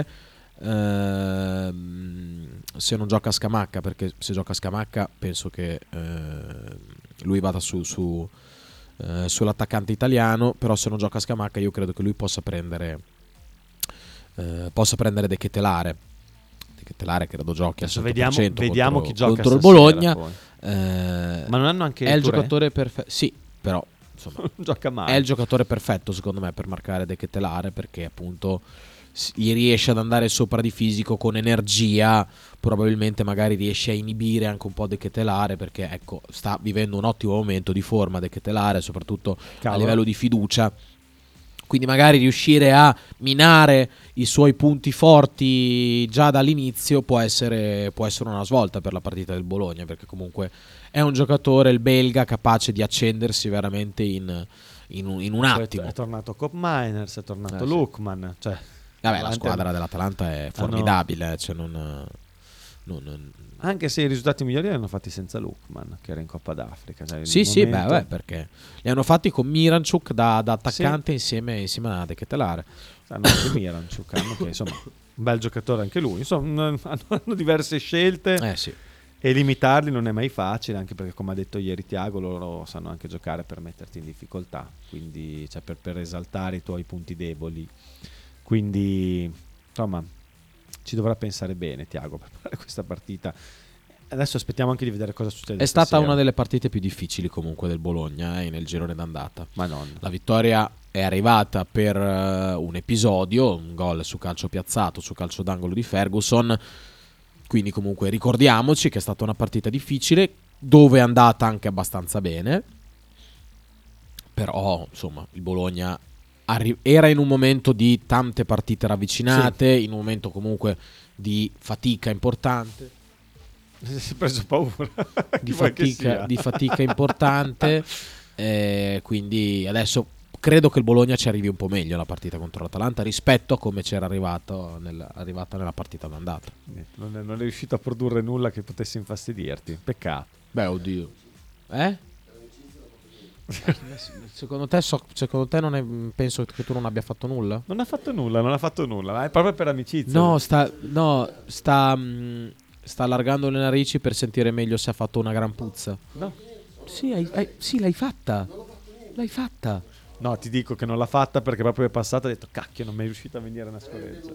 ehm, se non gioca a Scamacca, perché se gioca a Scamacca penso che eh, lui vada su, su eh, sull'attaccante italiano, però se non gioca a Scamacca io credo che lui possa prendere eh, possa prendere De Ketelare. De Ketelare credo giochi al Adesso cento per cento vediamo, vediamo contro, chi gioca contro il stasera, Bologna. poi. Eh, Ma non hanno anche è il Touré? giocatore perfetto. Sì, però insomma, Gioca male. è il giocatore perfetto secondo me per marcare De Ketelare, perché appunto s- gli riesce ad andare sopra di fisico con energia, probabilmente magari riesce a inibire anche un po' De Ketelare, perché ecco sta vivendo un ottimo momento di forma De Ketelare, soprattutto Cavolo. a livello di fiducia. Quindi magari riuscire a minare i suoi punti forti già dall'inizio può essere, può essere una svolta per la partita del Bologna, perché comunque è un giocatore, il belga, capace di accendersi veramente in, in, un, in un Poi attimo. È tornato Cop Miners, è tornato Eh, sì. Lukman. Cioè, Vabbè, la davanti squadra a- dell'Atalanta è hanno- formidabile, eh, cioè non, non- non- Anche se i risultati migliori li hanno fatti senza Lukman, che era in Coppa d'Africa. Cioè, Sì, il sì, beh, momento- vabbè, perché li hanno fatti con Miranchuk da, da attaccante insieme, insieme a De Ketelare. Hanno anche Miranchuk, hanno che insomma un bel giocatore anche lui. Insomma, hanno, hanno diverse scelte. Eh sì. E limitarli non è mai facile, anche perché come ha detto ieri Tiago, loro sanno anche giocare per metterti in difficoltà, quindi cioè, per, per esaltare i tuoi punti deboli. Quindi insomma ci dovrà pensare bene Tiago per fare questa partita. Adesso aspettiamo anche di vedere cosa succede. È stata stasera. una delle partite più difficili comunque del Bologna eh, nel girone d'andata. Madonna. La vittoria è arrivata per eh, un episodio, un gol su calcio piazzato, su calcio d'angolo di Ferguson. Quindi comunque ricordiamoci che è stata una partita difficile, dove è andata anche abbastanza bene. Però insomma il Bologna arri- era in un momento di tante partite ravvicinate, in un momento comunque di fatica importante. Si è preso paura di Chi vuoi che fatica, sia? di fatica importante, eh, quindi adesso credo che il Bologna ci arrivi un po' meglio alla partita contro l'Atalanta rispetto a come c'era arrivato nel, arrivata nella partita d'andata. Non è, non è riuscito a produrre nulla che potesse infastidirti. Peccato. Beh, oddio. Eh? Secondo te, so- secondo te non è, penso che tu non abbia fatto nulla? Non ha fatto nulla, non ha fatto nulla, ma è proprio per amicizia. No, sta, no, sta, mh, sta allargando le narici per sentire meglio se ha fatto una gran puzza. No. Sì, hai- hai- sì, l'hai fatta. L'hai fatta. No, ti dico che non l'ha fatta perché proprio è passata e ha detto cacchio, non mi è riuscito a venire una scoreggia.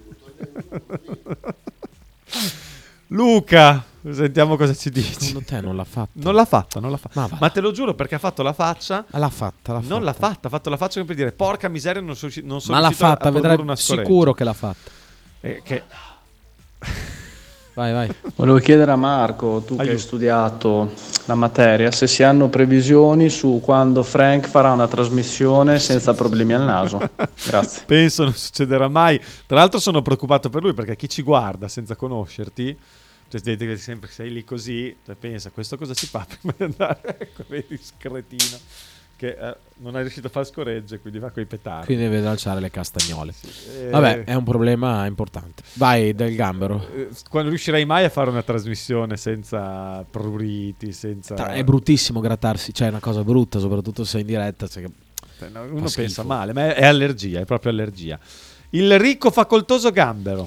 Luca, sentiamo cosa ci dici. Secondo te non l'ha fatta? Non l'ha fatta, non l'ha fatta. Ma Ma, va. te lo giuro perché ha fatto la faccia. L'ha fatta, l'ha Non l'ha fatta. fatta, ha fatto la faccia come per dire porca miseria, non sono, riusci- non sono Ma l'ha riuscito a- fatta, a produrre vedrai una scoreggia. sicuro che l'ha fatta. Eh, che... Vai, vai. Volevo chiedere a Marco, tu che hai studiato la materia, se si hanno previsioni su quando Frank farà una trasmissione senza problemi al naso. Grazie. Penso non succederà mai. Tra l'altro sono preoccupato per lui, perché chi ci guarda senza conoscerti, cioè vedi che sempre sei lì così, cioè pensa, questo cosa si fa prima di andare? Ecco, vedi, scretino, che eh, non è riuscito a far scoregge, quindi va coi petardi. Quindi deve alzare le castagnole. Sì, eh, Vabbè, è un problema importante. Vai, Del Gambero. Eh, Quando riuscirai mai a fare una trasmissione senza pruriti, senza... Tra- È bruttissimo grattarsi, cioè è una cosa brutta, soprattutto se è in diretta. Cioè che Uno fa pensa schifo. male, ma è, è allergia, è proprio allergia. Il ricco facoltoso Gambero.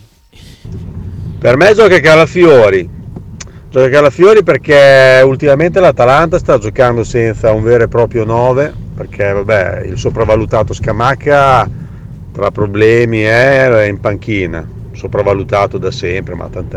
Per me gioca Calafiori. Gioca Calafiori perché ultimamente l'Atalanta sta giocando senza un vero e proprio nove, perché vabbè, il sopravvalutato Scamacca tra problemi è in panchina, sopravvalutato da sempre, ma tant'è.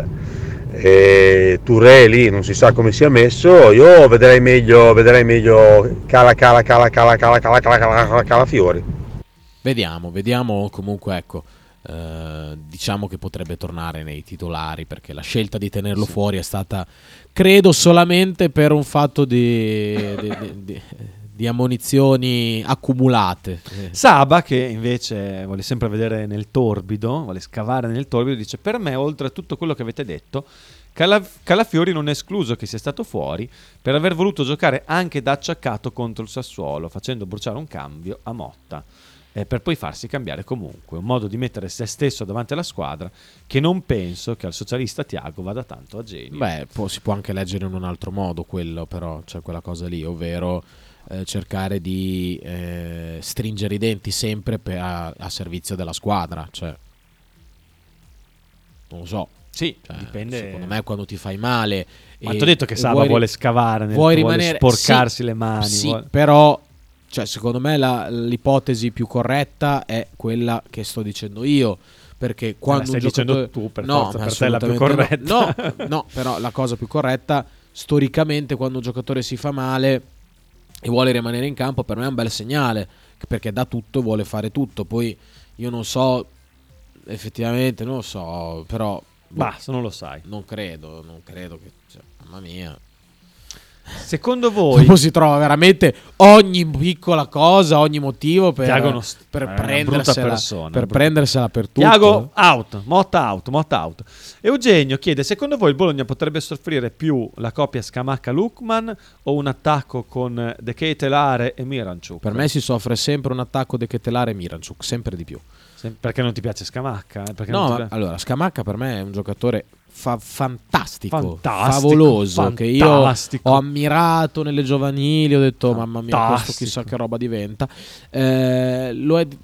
E Touré lì non si sa come sia messo, io vedrei meglio, vedrei meglio Cala Cala Cala Cala Cala Cala Cala Cala Calafiori. Vediamo, vediamo comunque, ecco. eh, diciamo che potrebbe tornare nei titolari, perché la scelta di tenerlo Sì. fuori è stata, credo, solamente per un fatto di, di, di, di, di ammonizioni accumulate. Eh. Saba, che invece vuole sempre vedere nel torbido, vuole scavare nel torbido, dice: per me, oltre a tutto quello che avete detto, Cala- Calafiori non è escluso che sia stato fuori per aver voluto giocare anche da acciaccato contro il Sassuolo, facendo bruciare un cambio a Motta, eh, per poi farsi cambiare comunque, un modo di mettere se stesso davanti alla squadra che non penso che al socialista Tiago vada tanto a genio. Beh, può- si può anche leggere in un altro modo quello, però, cioè quella cosa lì, ovvero eh, cercare di eh, stringere i denti sempre per- a, a servizio della squadra, cioè non lo so. Sì, Cioè, dipende. secondo me quando ti fai male, Ma e- t'ho detto che e Saba vuoi ri- vuole scavare nel- vuoi vuole rimanere- sporcarsi sì, le mani, sì, vuole- però cioè, secondo me la- l'ipotesi più corretta è quella che sto dicendo io, perché quando stai un dicendo giocatore- tu, per no, forza, per te è la più assolutamente no. corretta. no, no, però la cosa più corretta storicamente, quando un giocatore si fa male e vuole rimanere in campo, per me è un bel segnale, perché dà tutto e vuole fare tutto. Poi io non so effettivamente, non lo so, però Bah, se non lo sai. non credo, non credo che, cioè, mamma mia. Secondo voi Dopo si trova veramente ogni piccola cosa, ogni motivo per, Tiago non st- per è una brutta prendersela, persona, per brutta. prendersela per tutto. Tiago out, Motta out, Motta out. Eugenio chiede: secondo voi il Bologna potrebbe soffrire più la coppia Scamacca-Lukman o un attacco con De Ketelare e Miranchuk? Per me si soffre sempre un attacco De Ketelare e Miranchuk, sempre di più. Sem- perché non ti piace Scamacca? Eh? Perché No, non ti ma piace- allora Scamacca per me è un giocatore fa- fantastico, Fantastico, favoloso, che io fantastico. ho ammirato nelle giovanili, ho detto mamma mia, questo Fantastico. chissà che roba diventa. Eh, lo, è,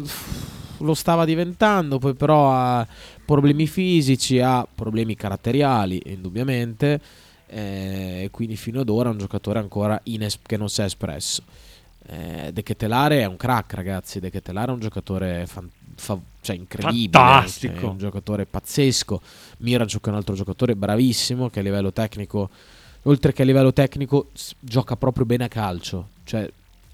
lo stava diventando, poi però ha problemi fisici, ha problemi caratteriali, indubbiamente, eh, e quindi fino ad ora è un giocatore ancora ines- che non si è espresso. Eh, De Ketelare è un crack, ragazzi. De Ketelare è un giocatore fan- fa- cioè incredibile, Fantastico. cioè, è un giocatore pazzesco. Miranchuk è un altro giocatore bravissimo, che a livello tecnico, oltre che a livello tecnico, s- gioca proprio bene a calcio, cioè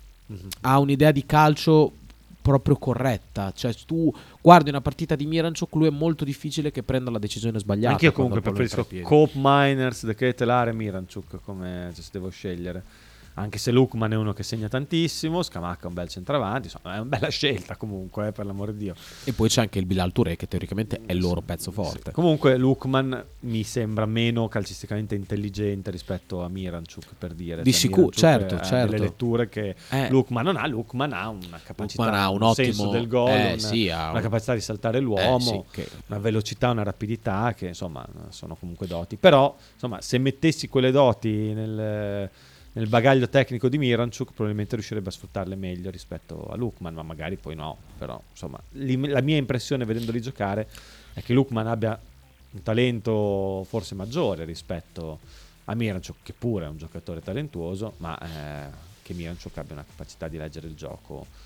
ha un'idea di calcio proprio corretta. Cioè, se tu guardi una partita di Miranchuk, lui è molto difficile che prenda la decisione sbagliata. Anche io quando comunque il pallone preferisco entra ai piedi. Cope Miners, De Ketelare e Miranchuk, come se devo scegliere. Anche se Lukman è uno che segna tantissimo, Scamacca è un bel centravanti, insomma è una bella scelta comunque, eh, per l'amore di Dio. E poi c'è anche il Bilal Touré, che teoricamente è il loro pezzo forte. Comunque Lukman mi sembra meno calcisticamente intelligente rispetto a Miranchuk, per dire. Di Cioè, sicuro, Miranchuk certo, ha certo. delle letture che Eh. Lukman non ha. Lukman ha una capacità, Lukman ha un un senso ottimo- del gol, eh, un- sì, ha una un- capacità di saltare l'uomo, Eh, sì, che- una velocità, una rapidità che insomma sono comunque doti. Però insomma se mettessi quelle doti nel, nel bagaglio tecnico di Miranchuk probabilmente riuscirebbe a sfruttarle meglio rispetto a Lukman, ma magari poi no. Però insomma li- la mia impressione vedendoli giocare è che Lukman abbia un talento forse maggiore rispetto a Miranchuk, che pure è un giocatore talentuoso, ma eh, che Miranchuk abbia una capacità di leggere il gioco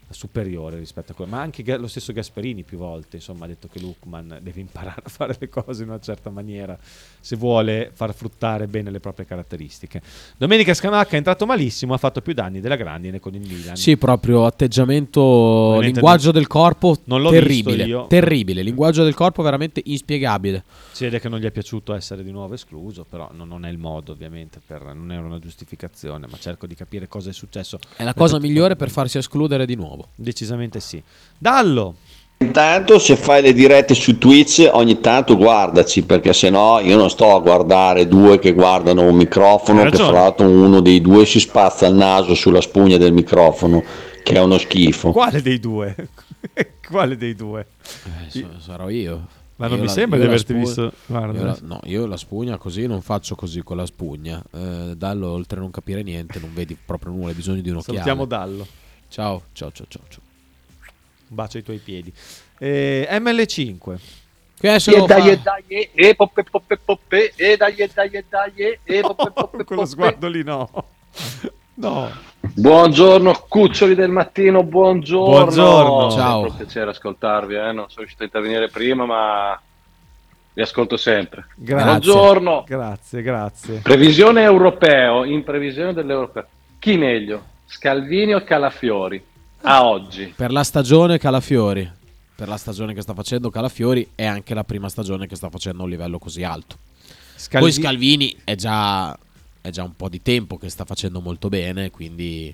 superiore rispetto a quello, ma anche lo stesso Gasperini più volte insomma ha detto che Lookman deve imparare a fare le cose in una certa maniera se vuole far fruttare bene le proprie caratteristiche. Domenica Scamacca è entrato malissimo, ha fatto più danni della grandine con il Milan. Sì, proprio atteggiamento, Veramente linguaggio non- del corpo non l'ho terribile, visto io. terribile, linguaggio del corpo veramente inspiegabile. Si vede che non gli è piaciuto essere di nuovo escluso, però non, non è il modo ovviamente, per, non è una giustificazione, ma cerco di capire cosa è successo. È la cosa migliore per farsi escludere di nuovo. Decisamente sì. Dallo! Intanto se fai le dirette su Twitch ogni tanto guardaci, perché se no io non sto a guardare due che guardano un microfono Hai che ragione. fra l'altro uno dei due si spazza il naso sulla spugna del microfono, che è uno schifo. Quale dei due? Quale dei due? Eh, so- sarò io. Ma non Io mi la- sembra io di la averti spu- visto. Guarda. io la- no, io la spugna così non faccio così con la spugna. Eh, Dallo, oltre a non capire niente, non vedi proprio nulla, hai bisogno di un'occhiale. Salutiamo Dallo. Ciao, ciao, ciao, ciao. ciao. Un bacio ai tuoi piedi. Eh, M L cinque. Che adesso E lo dai, fa- e dai, e- e poppe, poppe, poppe, e dai, e dai, e dai, e- e poppe, poppe, Quello poppe. sguardo lì no. No. Buongiorno cuccioli del mattino, buongiorno. Buongiorno. Sempre Ciao. un piacere ascoltarvi, eh. Non sono riuscito a intervenire prima, ma vi ascolto sempre. Grazie. Buongiorno. Grazie, grazie. Previsione europeo, in previsione dell'europeo. Chi meglio? Scalvini o Calafiori? A oggi. Per la stagione Calafiori. Per la stagione che sta facendo Calafiori è anche la prima stagione che sta facendo a un livello così alto. Scalvi- Poi Scalvini è già, è già un po' di tempo che sta facendo molto bene, quindi...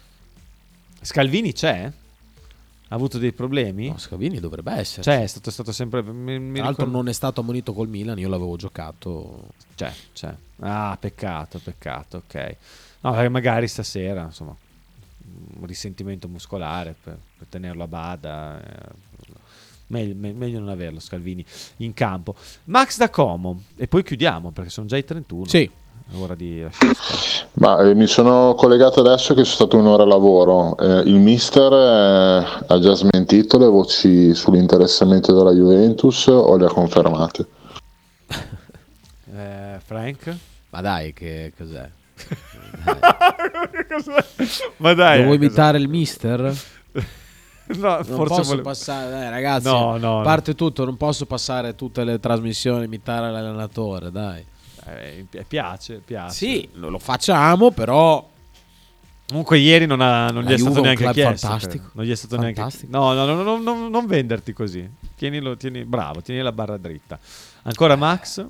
Scalvini c'è? Ha avuto dei problemi? No, Scalvini dovrebbe essere. C'è, è stato, è stato sempre... Mi, mi Tra l'altro ricordo- non è stato ammonito col Milan, io l'avevo giocato. C'è, c'è. Ah, peccato, peccato, ok. No, perché magari stasera, insomma, un risentimento muscolare per, per tenerlo a bada. eh, Meglio, me- meglio non averlo, Scalvini, in campo. Max da Como. E poi chiudiamo, perché sono già i trentuno. Sì. È ora di lasciare stare. Ma eh, mi sono collegato adesso che sono stato un'ora a lavoro. Eh, il mister eh, ha già smentito le voci sull'interessamento della Juventus o le ha confermate? Eh, Frank? Ma dai, che cos'è? Cos'è? Ma dai. Lo vuoi eh, cos'è? imitare il mister? No, Non forse posso volevo- passare, dai, ragazzi. No, no, a no. parte tutto, non posso passare tutte le trasmissioni a imitare l'allenatore, dai. Eh, pi- piace, piace. Sì, lo lo facciamo, però Comunque ieri non, ha, non La gli è Juve stato è un neanche club chiesto. fantastico. credo. Non gli è stato Fantastico. neanche. No, no, no, no, no, no, non venderti così. Tienilo, tieni, bravo, tieni la barra dritta. Ancora Max?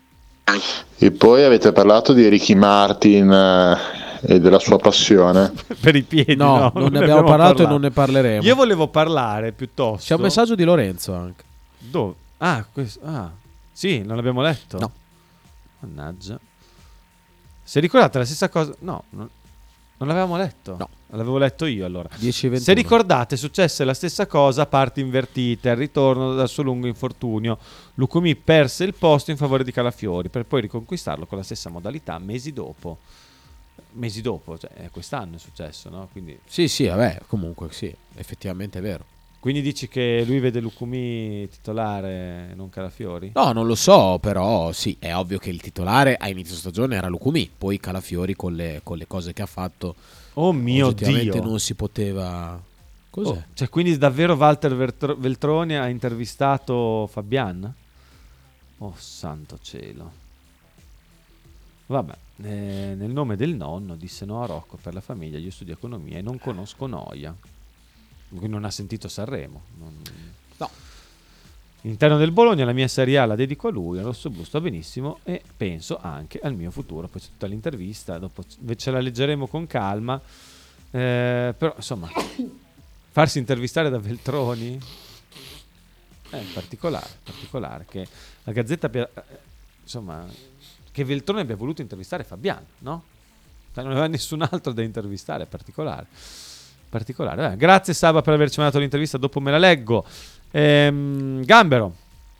E poi avete parlato di Ricky Martin eh, e della sua passione. Per i piedi, no, no, non ne abbiamo parlato e non ne parleremo. Io volevo parlare piuttosto. C'è un messaggio di Lorenzo anche. Dove? Ah, questo. Ah, sì, non l'abbiamo letto? No. Mannaggia. Se ricordate la stessa cosa. No, non, non l'avevamo letto. No. L'avevo letto io allora. dieci e ventuno. Se ricordate, successe la stessa cosa a parti invertite. Al ritorno dal suo lungo infortunio, Lucumi perse il posto in favore di Calafiori per poi riconquistarlo con la stessa modalità mesi dopo. Mesi dopo, cioè eh, quest'anno è successo, no? Quindi, Sì, sì, vabbè, comunque sì, effettivamente è vero. quindi dici che lui vede Lucumi titolare e non Calafiori? No, non lo so, però sì, è ovvio che il titolare a inizio stagione era Lucumi, poi Calafiori con le, con le cose che ha fatto. Oh mio oggettivamente Dio. non si poteva. Cos'è? Oh, cioè, quindi davvero Walter Vertro- Veltroni ha intervistato Fabian? Oh santo cielo. Vabbè, eh, nel nome del nonno disse no a Rocco per la famiglia, io studio economia e non conosco Noia. Quindi non ha sentito Sanremo. Non... No. All'interno del Bologna la mia Serie A la dedico a lui, al rossoblu sta benissimo e penso anche al mio futuro. Poi c'è tutta l'intervista, dopo ce la leggeremo con calma. Eh, però insomma, farsi intervistare da Veltroni è particolare, particolare che la Gazzetta abbia, eh, insomma, che Veltroni abbia voluto intervistare Fabian, no? Cioè, non aveva nessun altro da intervistare, è particolare. Particolare. Eh, grazie Saba per averci mandato l'intervista, dopo me la leggo. Ehm, Gambero.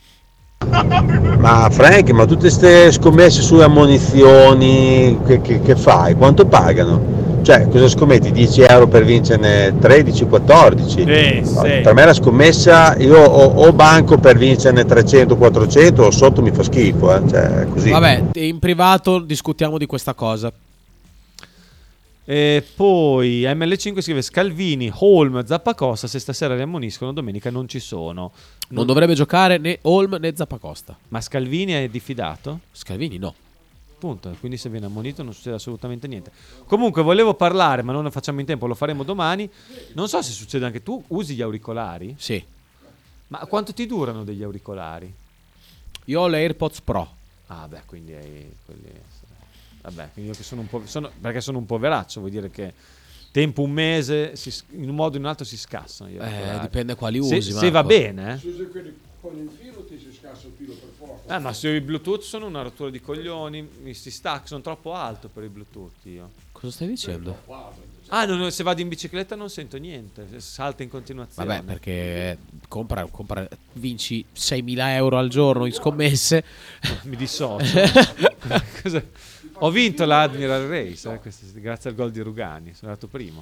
Ma Frank, ma tutte queste scommesse sulle ammonizioni che, che- che fai? Quanto pagano? Cioè, cosa scommetti? dieci euro per vincerne tredici, quattordici? Eh, sì. Per me la scommessa, io o, o banco per vincerne trecento, quattrocento o sotto mi fa schifo, eh? Cioè, così. Vabbè, in privato discutiamo di questa cosa. E poi M L cinque scrive Scalvini, Holm, Zappacosta se stasera li ammoniscono domenica non ci sono. Non dovrebbe giocare né Holm né Zappacosta. Ma Scalvini è diffidato? Scalvini no. Punto, quindi se viene ammonito non succede assolutamente niente. Comunque volevo parlare, ma non ne facciamo in tempo, lo faremo domani. Non so se succede anche tu, usi gli auricolari? Sì. Ma quanto ti durano degli auricolari? Io ho le AirPods Pro. Ah beh, quindi hai quelli... Vabbè, quindi io che sono un po'... Sono, perché sono un poveraccio, vuol dire che tempo un mese, si, in un modo o in un altro si scassano. Gli Eh, dipende quali se, usi, se va bene, eh. Se usi quelli con il filo ti si scassa il filo per forza. Eh, ma se i Bluetooth sono una rottura di coglioni, mi si stacca, sono troppo alto per i Bluetooth io. Cosa stai dicendo? Ah, non, se vado in bicicletta non sento niente, salta in continuazione. Vabbè, perché compra, compra vinci seimila euro al giorno in scommesse. Mi dissocio. Cosa? Ho vinto l'Admiral Race, eh, questo, grazie al gol di Rugani, sono andato primo.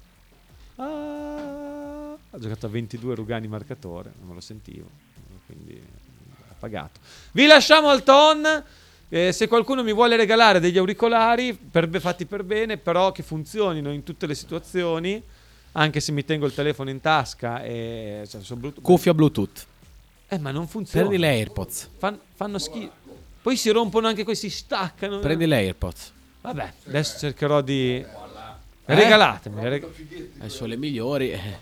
Ah, ho giocato a ventidue Rugani marcatore, non me lo sentivo, quindi ha pagato. Vi lasciamo al ton. Eh, se qualcuno mi vuole regalare degli auricolari per, fatti per bene, però che funzionino in tutte le situazioni, anche se mi tengo il telefono in tasca e cioè, sono Bluetooth. Cuffia Bluetooth. Eh, ma non funziona. Prendi le AirPods. Fan, fanno schifo. Poi si rompono anche questi, staccano. Prendi le AirPods. Vabbè, adesso cercherò di eh? regalatemi. Reg... Eh, sono le migliori. Eh.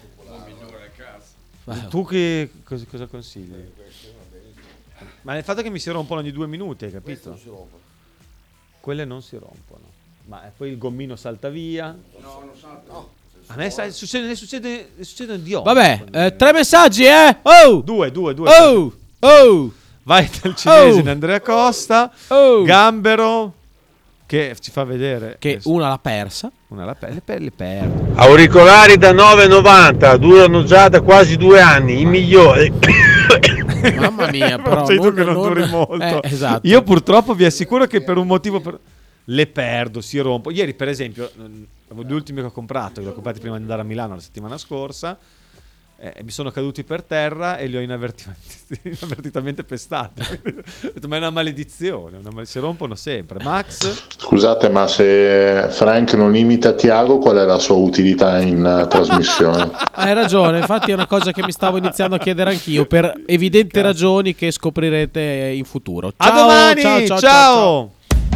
Tu che cosa, cosa consigli? Ma il fatto che mi si rompono ogni due minuti, hai capito? Quelle non si rompono. Ma poi il gommino salta via. No, non salta. No. A me sa, succede, ne succede, ne succede di ogni. Vabbè, eh, tre messaggi, eh? Oh! Due, due, due. Oh! Oh! Vai dal cinese Oh! in Andrea Costa. Oh! Gambero, che ci fa vedere. Che una l'ha persa. Una l'ha persa, le, per, le perde. Auricolari da nove e novanta, durano già da quasi due anni, i migliori. Mamma mia, però sei tu non, che non, non duri molto. Eh, esatto. Io purtroppo vi assicuro che per un motivo per... le perdo, si rompo. Ieri per esempio, gli ultimi che ho comprato, li ho comprati prima di andare a Milano la settimana scorsa, eh, mi sono caduti per terra e li ho inavvertitamente, inavvertitamente pestati. Ho detto, ma è una maledizione, una mal- si rompono sempre. Max? Scusate, ma se Frank non imita Tiago, qual è la sua utilità in uh, trasmissione? Hai ragione, infatti è una cosa che mi stavo iniziando a chiedere anch'io, per evidenti ragioni che scoprirete in futuro. Ciao, A domani, ciao, ciao, ciao. ciao,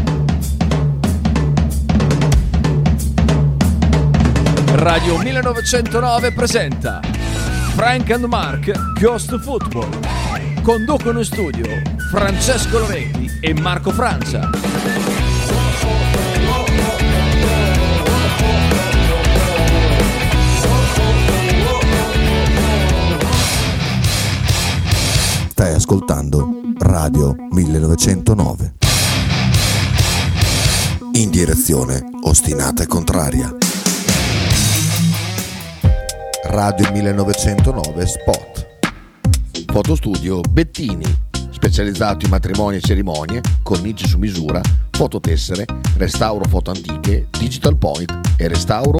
ciao. Radio millenovecentonove presenta Frank and Mark Ghost Football. Conducono in studio Francesco Loretti e Marco Francia. Stai ascoltando Radio millenovecentonove. In direzione ostinata e contraria. Radio millenovecentonove Spot. Fotostudio Bettini, specializzato in matrimoni e cerimonie, cornici su misura, fototessere, restauro foto antiche, digital point e restauro